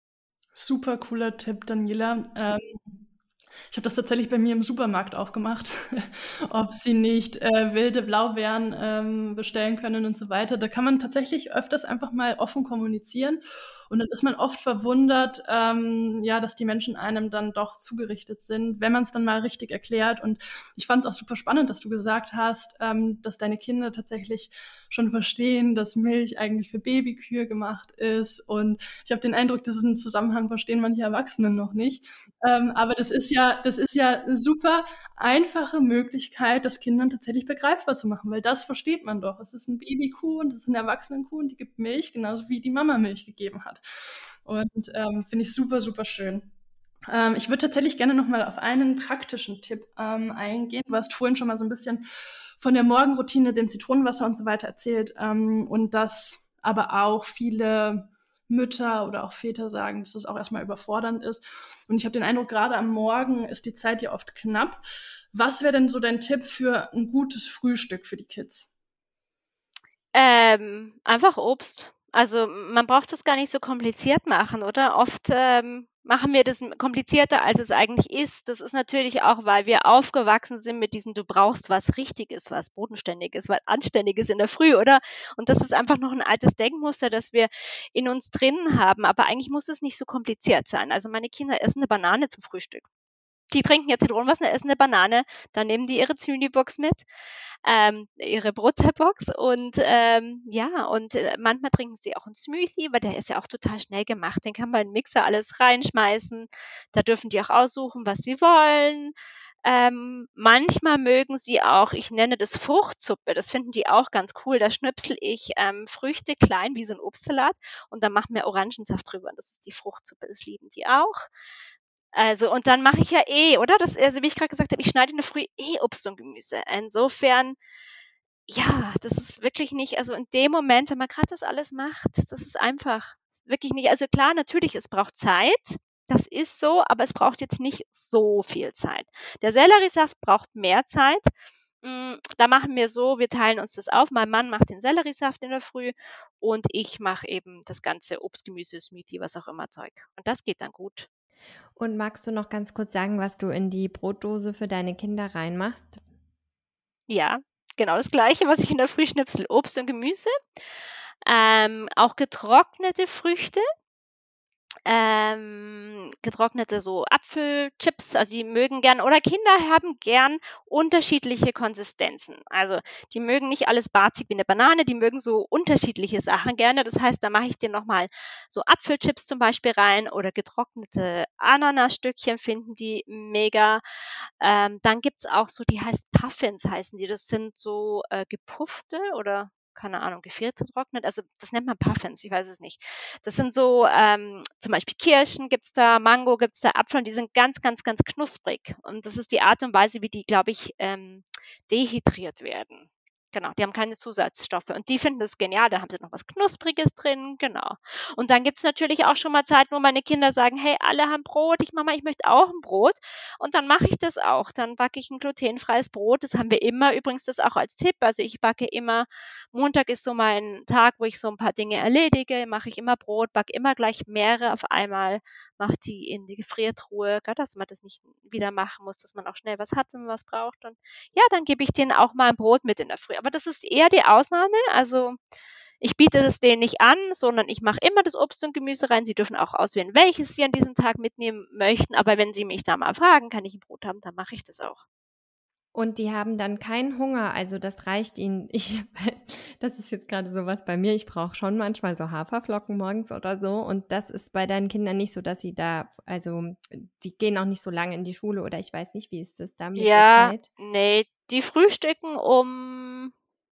Super cooler Tipp, Daniela. Ich habe das tatsächlich bei mir im Supermarkt auch gemacht, ob sie nicht wilde Blaubeeren bestellen können und so weiter. Da kann man tatsächlich öfters einfach mal offen kommunizieren und dann ist man oft verwundert, ja, dass die Menschen einem dann doch zugerichtet sind, wenn man es dann mal richtig erklärt. Und ich fand es auch super spannend, dass du gesagt hast, dass deine Kinder tatsächlich schon verstehen, dass Milch eigentlich für Babykühe gemacht ist. Und ich habe den Eindruck, diesen Zusammenhang verstehen manche Erwachsene noch nicht. Aber das ist ja eine super einfache Möglichkeit, das Kindern tatsächlich begreifbar zu machen, weil das versteht man doch. Es ist ein Babykuh und es ist eine Erwachsenenkuh und die gibt Milch, genauso wie die Mama Milch gegeben hat. Und finde ich super, super schön. Ich würde tatsächlich gerne noch mal auf einen praktischen Tipp eingehen. Du hast vorhin schon mal so ein bisschen von der Morgenroutine, dem Zitronenwasser und so weiter erzählt. Und dass aber auch viele Mütter oder auch Väter sagen, dass das auch erstmal überfordernd ist. Und ich habe den Eindruck, gerade am Morgen ist die Zeit ja oft knapp. Was wäre denn so dein Tipp für ein gutes Frühstück für die Kids? Einfach Obst. Also, man braucht das gar nicht so kompliziert machen, oder? Oft, machen wir das komplizierter, als es eigentlich ist. Das ist natürlich auch, weil wir aufgewachsen sind mit diesem: „Du brauchst was Richtiges, was Bodenständiges, was Anständiges in der Früh“, oder? Und das ist einfach noch ein altes Denkmuster, das wir in uns drinnen haben, aber eigentlich muss es nicht so kompliziert sein. Also, meine Kinder essen eine Banane zum Frühstück. Die trinken ja Zitronenwasser, essen eine Banane, dann nehmen die ihre Smoothie-Box mit, ihre Brotzeitbox und, ja, und, manchmal trinken sie auch 'n Smoothie, weil der ist ja auch total schnell gemacht. Den kann man in 'n Mixer alles reinschmeißen. Da dürfen die auch aussuchen, was sie wollen. Manchmal mögen sie auch ich nenne das Fruchtsuppe, das finden die auch ganz cool. Da schnipsel ich, Früchte klein wie so 'n Obstsalat und dann mache mir Orangensaft drüber. Das ist die Fruchtsuppe, das lieben die auch. Also, und dann mache ich ja oder? Das also, wie ich grad gesagt habe, ich schneide in der Früh Obst und Gemüse. Insofern, ja, das ist wirklich nicht also, in dem Moment, wenn man grad das alles macht, das ist einfach wirklich nicht also, klar, natürlich, es braucht Zeit. Das ist so, aber es braucht jetzt nicht so viel Zeit. Der Selleriesaft braucht mehr Zeit. Da machen wir so, wir teilen uns das auf. Mein Mann macht den Selleriesaft in der Früh und ich mache eben das ganze Obst, Gemüse, Smoothie, was auch immer Zeug. Und das geht dann gut. Und magst du noch ganz kurz sagen, was du in die Brotdose für deine Kinder reinmachst? Ja, genau das Gleiche, was ich in der Früh schnipsel, Obst und Gemüse, auch getrocknete Früchte, getrocknete so Apfelchips, also die mögen gern oder Kinder haben gern unterschiedliche Konsistenzen. Also, die mögen nicht alles barzig wie 'ne Banane, die mögen so unterschiedliche Sachen gerne. Das heißt, da mache ich denen noch mal so Apfelchips zum Beispiel rein oder getrocknete Ananasstückchen finden die mega. Dann gibt's auch so die heißt Puffins heißen die. Das sind so, gepuffte oder keine Ahnung, gefriergetrocknet. Also das nennt man Puffins, ich weiß es nicht. Das sind so zum Beispiel Kirschen gibt's da, Mango gibt's da, Apfel, und die sind ganz, ganz, ganz knusprig. Und das ist die Art und Weise, wie die, glaube ich, dehydriert werden. Genau, die haben keine Zusatzstoffe und die finden das genial. Da haben sie noch was Knuspriges drin, genau. Und dann gibt's natürlich auch schon mal Zeiten, wo meine Kinder sagen: „Hey, alle haben Brot. Mama, ich möchte auch ein Brot." Und dann mache ich das auch. Dann backe ich ein glutenfreies Brot. Das haben wir immer, übrigens das auch als Tipp. Also, ich backe immer, Montag ist so mein Tag, wo ich so ein paar Dinge erledige, mache ich immer Brot, backe immer gleich mehrere auf einmal, mache die in die Gefriertruhe, gell, dass man das nicht wieder machen muss, dass man auch schnell was hat, wenn man was braucht. Und ja, dann gebe ich denen auch mal ein Brot mit in der Früh. Aber das ist eher die Ausnahme. Also, ich biete es denen nicht an, sondern ich mache immer das Obst und Gemüse rein. Sie dürfen auch auswählen, welches sie an diesem Tag mitnehmen möchten. Aber wenn sie mich da mal fragen: „Kann ich ein Brot haben?", dann mache ich das auch. Und die haben dann keinen Hunger, also das reicht ihnen. Das ist jetzt gerade so was bei mir. Ich brauche schon manchmal so Haferflocken morgens oder so. Und das ist bei deinen Kindern nicht so, dass sie da, also die gehen auch nicht so lange in die Schule oder ich weiß nicht, wie ist das da mit der Ja, Zeit? ne, die frühstücken um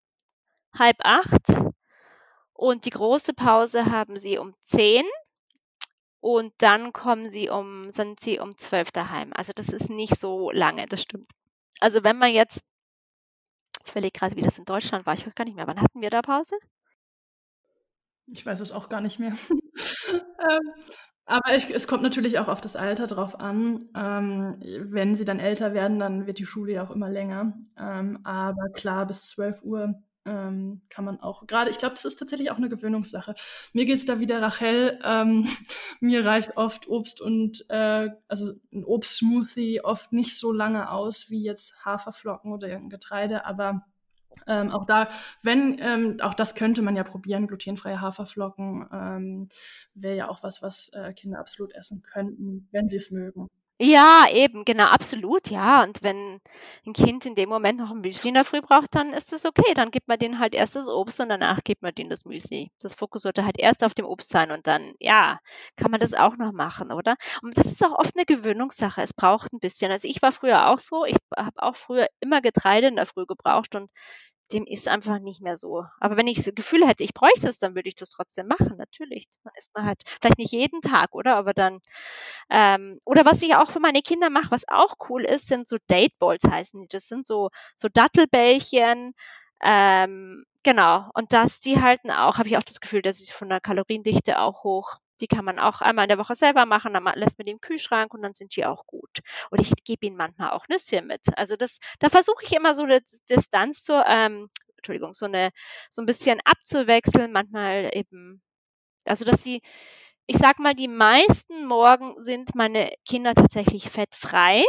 7:30 und die große Pause haben sie um 10 und dann sind sie um 12 daheim. Also, das ist nicht so lange, das stimmt. Also, wenn man jetzt ich überlege grade, wie das in Deutschland war. Ich weiß gar nicht mehr, wann hatten wir da Pause? Ich weiß es auch gar nicht mehr. Ähm, aber es kommt natürlich auch auf das Alter drauf an. Wenn sie dann älter werden, dann wird die Schule ja auch immer länger. Aber klar, bis 12 Uhr kann man auch grade ich glaube, das ist tatsächlich auch 'ne Gewöhnungssache. Mir geht's da wie der Rachel. Mir reicht oft Obst und also 'n Obstsmoothie oft nicht so lange aus wie jetzt Haferflocken oder irgend 'n Getreide, aber auch da, auch das könnte man ja probieren, glutenfreie Haferflocken, wäre ja auch was Kinder absolut essen könnten, wenn sie es mögen. Ja, eben, genau, absolut, ja. Und wenn ein Kind in dem Moment noch 'n Müsli in der Früh braucht, dann ist das okay. Dann gibt man denen halt erst das Obst und danach gibt man denen das Müsli. Das Fokus sollte halt erst auf dem Obst sein und dann, ja, kann man das auch noch machen, oder? Und das ist auch oft 'ne Gewöhnungssache. Es braucht 'n bisschen. Also, ich war früher auch so. Ich habe auch früher immer Getreide in der Früh gebraucht und dem ist einfach nicht mehr so. Aber wenn ich so Gefühl hätte, ich bräuchte es, dann würde ich das trotzdem machen, natürlich. Dann isst man halt vielleicht nicht jeden Tag, oder? Aber dann oder was ich auch für meine Kinder mache, was auch cool ist, sind so Date Balls heißen die. Das sind so Dattelbällchen, genau. Und die halten auch, habe ich auch das Gefühl, dass sie von der Kaloriendichte auch hoch. Die kann man auch einmal in der Woche selber machen, dann lässt man die im Kühlschrank und dann sind die auch gut. Und ich gebe ihnen manchmal auch Nüsschen mit. Also da versuche ich immer so eine Distanz Entschuldigung, so ein bisschen abzuwechseln, manchmal eben, also dass sie, ich sage mal, die meisten Morgen sind meine Kinder tatsächlich fettfrei,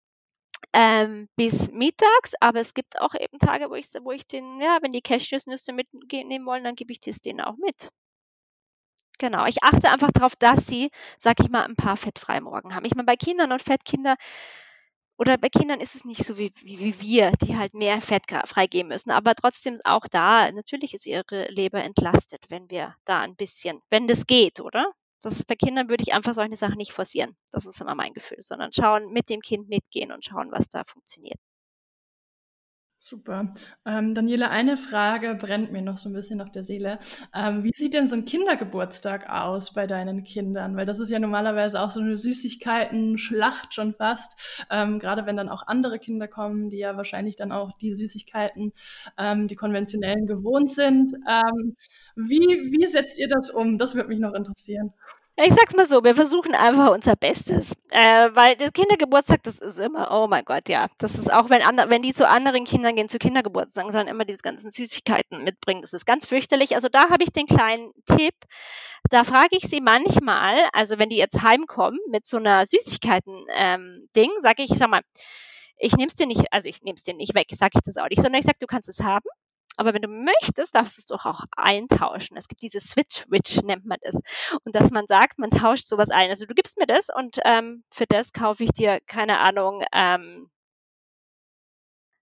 bis mittags, aber es gibt auch eben Tage, wo ich den, ja, wenn die Cashewnüsse nehmen wollen, dann gebe ich das denen auch mit. Genau, ich achte einfach darauf, dass sie, sage ich mal, ein paar fettfreie Morgen haben. Ich meine, bei Kindern und Fettkinder oder bei Kindern ist es nicht so wie wir, die halt mehr Fett freigeben müssen, aber trotzdem auch da, natürlich ist ihre Leber entlastet, wenn wir da ein bisschen, wenn das geht, oder? Das ist bei Kindern, würde ich einfach solche Sachen nicht forcieren. Das ist immer mein Gefühl, sondern schauen, mit dem Kind mitgehen und schauen, was da funktioniert. Super. Daniela, eine Frage brennt mir noch so ein bisschen auf der Seele. Wie sieht denn so ein Kindergeburtstag aus bei deinen Kindern? Weil das ist ja normalerweise auch so eine Süßigkeiten-Schlacht schon fast. Grade wenn dann auch andere Kinder kommen, die ja wahrscheinlich dann auch die Süßigkeiten, die konventionellen gewohnt sind. Wie setzt ihr das um? Das würde mich noch interessieren. Ja, ich sage es mal so, wir versuchen einfach unser Bestes, weil der Kindergeburtstag, das ist immer, oh mein Gott, ja, das ist auch, wenn die zu anderen Kindern gehen, zu Kindergeburtstagen, sollen immer diese ganzen Süßigkeiten mitbringen. Das ist ganz fürchterlich. Also, da habe ich den kleinen Tipp. Da frage ich sie manchmal, also, wenn die jetzt heimkommen mit so einer Süßigkeiten Ding, sage ich: „Schau mal, ich nehme es dir nicht weg", sage ich das auch nicht, sondern ich sage: „Du kannst es haben, aber wenn du möchtest, darfst du es doch auch eintauschen." Es gibt dieses Switch nennt man das. Und dass man sagt, man tauscht sowas ein. Also, du gibst mir das und, für das kaufe ich dir, keine Ahnung,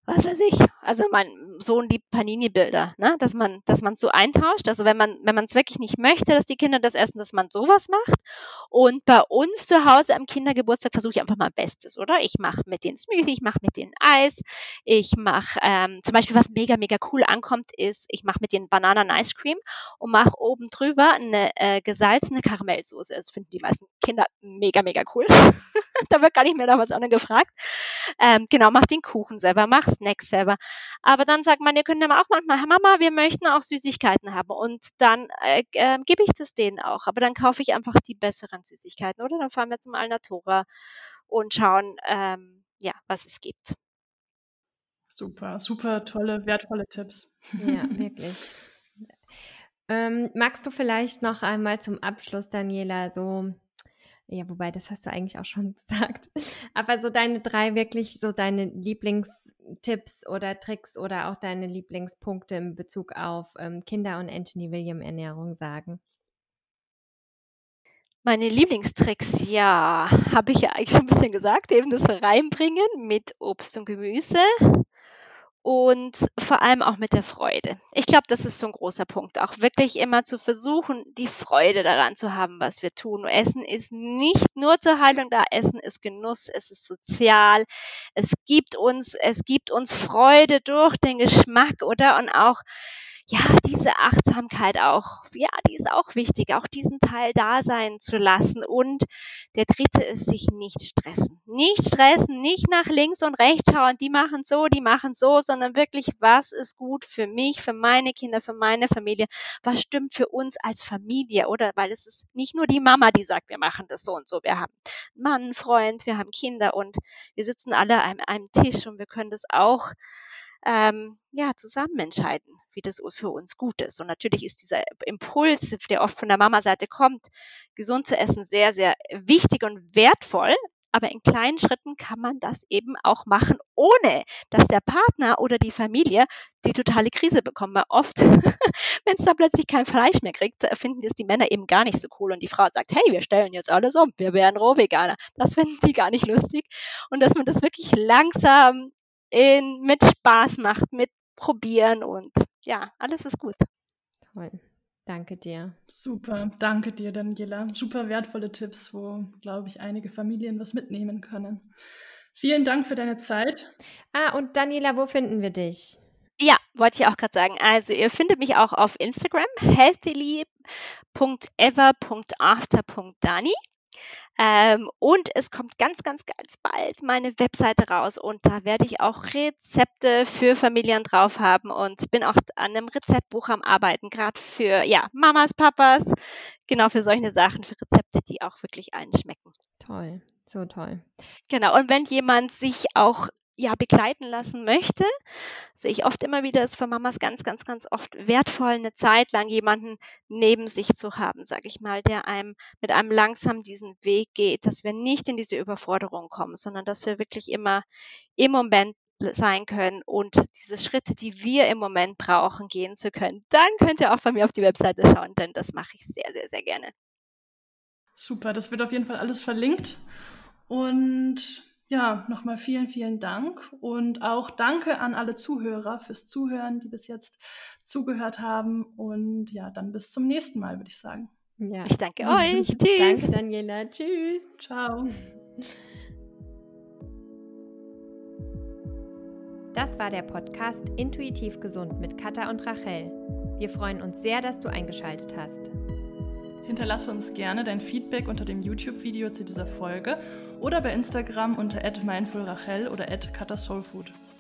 was weiß ich, also mein Sohn liebt Panini-Bilder, ne? Dass man so eintauscht. Also wenn man es wirklich nicht möchte, dass die Kinder das essen, dass man sowas macht. Und bei uns zu Hause am Kindergeburtstag versuche ich einfach mein Bestes, oder? Ich mache mit denen Smoothie, ich mache mit denen Eis, ich mache zum Beispiel, was mega, mega cool ankommt, ist, ich mache mit denen Bananen Ice Cream und mache oben drüber eine gesalzene Karamellsoße. Das finden die meisten Kinder mega, mega cool. Da wird gar nicht mehr nach was anderem gefragt. Genau, mach den Kuchen selber, mach Snacks selber. Aber dann sagt man, ihr könnt aber auch manchmal, Mama, wir möchten auch Süßigkeiten haben. Und dann gebe ich das denen auch. Aber dann kaufe ich einfach die besseren Süßigkeiten. Oder dann fahren wir zum Alnatura und schauen, was es gibt. Super, super tolle, wertvolle Tipps. Ja, wirklich. Magst du vielleicht noch einmal zum Abschluss, Daniela, so, ja, wobei, das hast du eigentlich auch schon gesagt, aber so deine 3 wirklich so deine Lieblingstipps oder Tricks oder auch deine Lieblingspunkte in Bezug auf Kinder- und Anthony William Ernährung sagen? Meine Lieblingstricks, ja, habe ich ja eigentlich schon ein bisschen gesagt, eben das Reinbringen mit Obst und Gemüse und vor allem auch mit der Freude. Ich glaube, das ist so ein großer Punkt, auch wirklich immer zu versuchen, die Freude daran zu haben, was wir tun. Essen ist nicht nur zur Heilung da, Essen ist Genuss, es ist sozial, es gibt uns Freude durch den Geschmack, oder? Und auch, ja, diese Achtsamkeit auch, ja, die ist auch wichtig, auch diesen Teil da sein zu lassen. Und der 3. ist, sich nicht stressen. Nicht stressen, nicht nach links und rechts schauen, die machen so, sondern wirklich, was ist gut für mich, für meine Kinder, für meine Familie, was stimmt für uns als Familie, oder? Weil es ist nicht nur die Mama, die sagt, wir machen das so und so. Wir haben einen Mann, einen Freund, wir haben Kinder und wir sitzen alle an einem Tisch und wir können das auch zusammen entscheiden, wie das für uns gut ist. Und natürlich ist dieser Impuls, der oft von der Mama-Seite kommt, gesund zu essen, sehr, sehr wichtig und wertvoll. Aber in kleinen Schritten kann man das eben auch machen, ohne dass der Partner oder die Familie die totale Krise bekommt. Weil oft, wenn es da plötzlich kein Fleisch mehr kriegt, finden das die Männer eben gar nicht so cool. Und die Frau sagt, hey, wir stellen jetzt alles um, wir werden Rohveganer. Das finden die gar nicht lustig. Und dass man das wirklich langsam mit Spaß macht, mit Probieren und ja, alles ist gut. Toll. Danke dir. Super, danke dir, Daniela. Super wertvolle Tipps, wo, glaube ich, einige Familien was mitnehmen können. Vielen Dank für deine Zeit. Und Daniela, wo finden wir dich? Ja, wollte ich auch gerade sagen. Also ihr findet mich auch auf Instagram, healthily.ever.after.dani. Und es kommt ganz, ganz, ganz bald meine Webseite raus und da werde ich auch Rezepte für Familien drauf haben und bin auch an einem Rezeptbuch am Arbeiten, gerade für Mamas, Papas, genau für solche Sachen, für Rezepte, die auch wirklich allen schmecken. Toll, so toll. Genau, und wenn jemand sich auch begleiten lassen möchte, sehe ich oft immer wieder, ist für Mamas ganz, ganz, ganz oft wertvoll, eine Zeit lang jemanden neben sich zu haben, sage ich mal, der mit einem langsam diesen Weg geht, dass wir nicht in diese Überforderung kommen, sondern dass wir wirklich immer im Moment sein können und diese Schritte, die wir im Moment brauchen, gehen zu können. Dann könnt ihr auch bei mir auf die Webseite schauen, denn das mache ich sehr, sehr, sehr gerne. Super, das wird auf jeden Fall alles verlinkt. Und ja, nochmal vielen, vielen Dank. Und auch danke an alle Zuhörer fürs Zuhören, die bis jetzt zugehört haben. Und ja, dann bis zum nächsten Mal, würde ich sagen. Ja. Ich danke euch. Tschüss. Danke, Daniela. Tschüss. Ciao. Das war der Podcast Intuitiv Gesund mit Katha und Rachel. Wir freuen uns sehr, dass du eingeschaltet hast. Hinterlasse uns gerne dein Feedback unter dem YouTube-Video zu dieser Folge oder bei Instagram unter @mindfulrachel oder @kathasoulfood.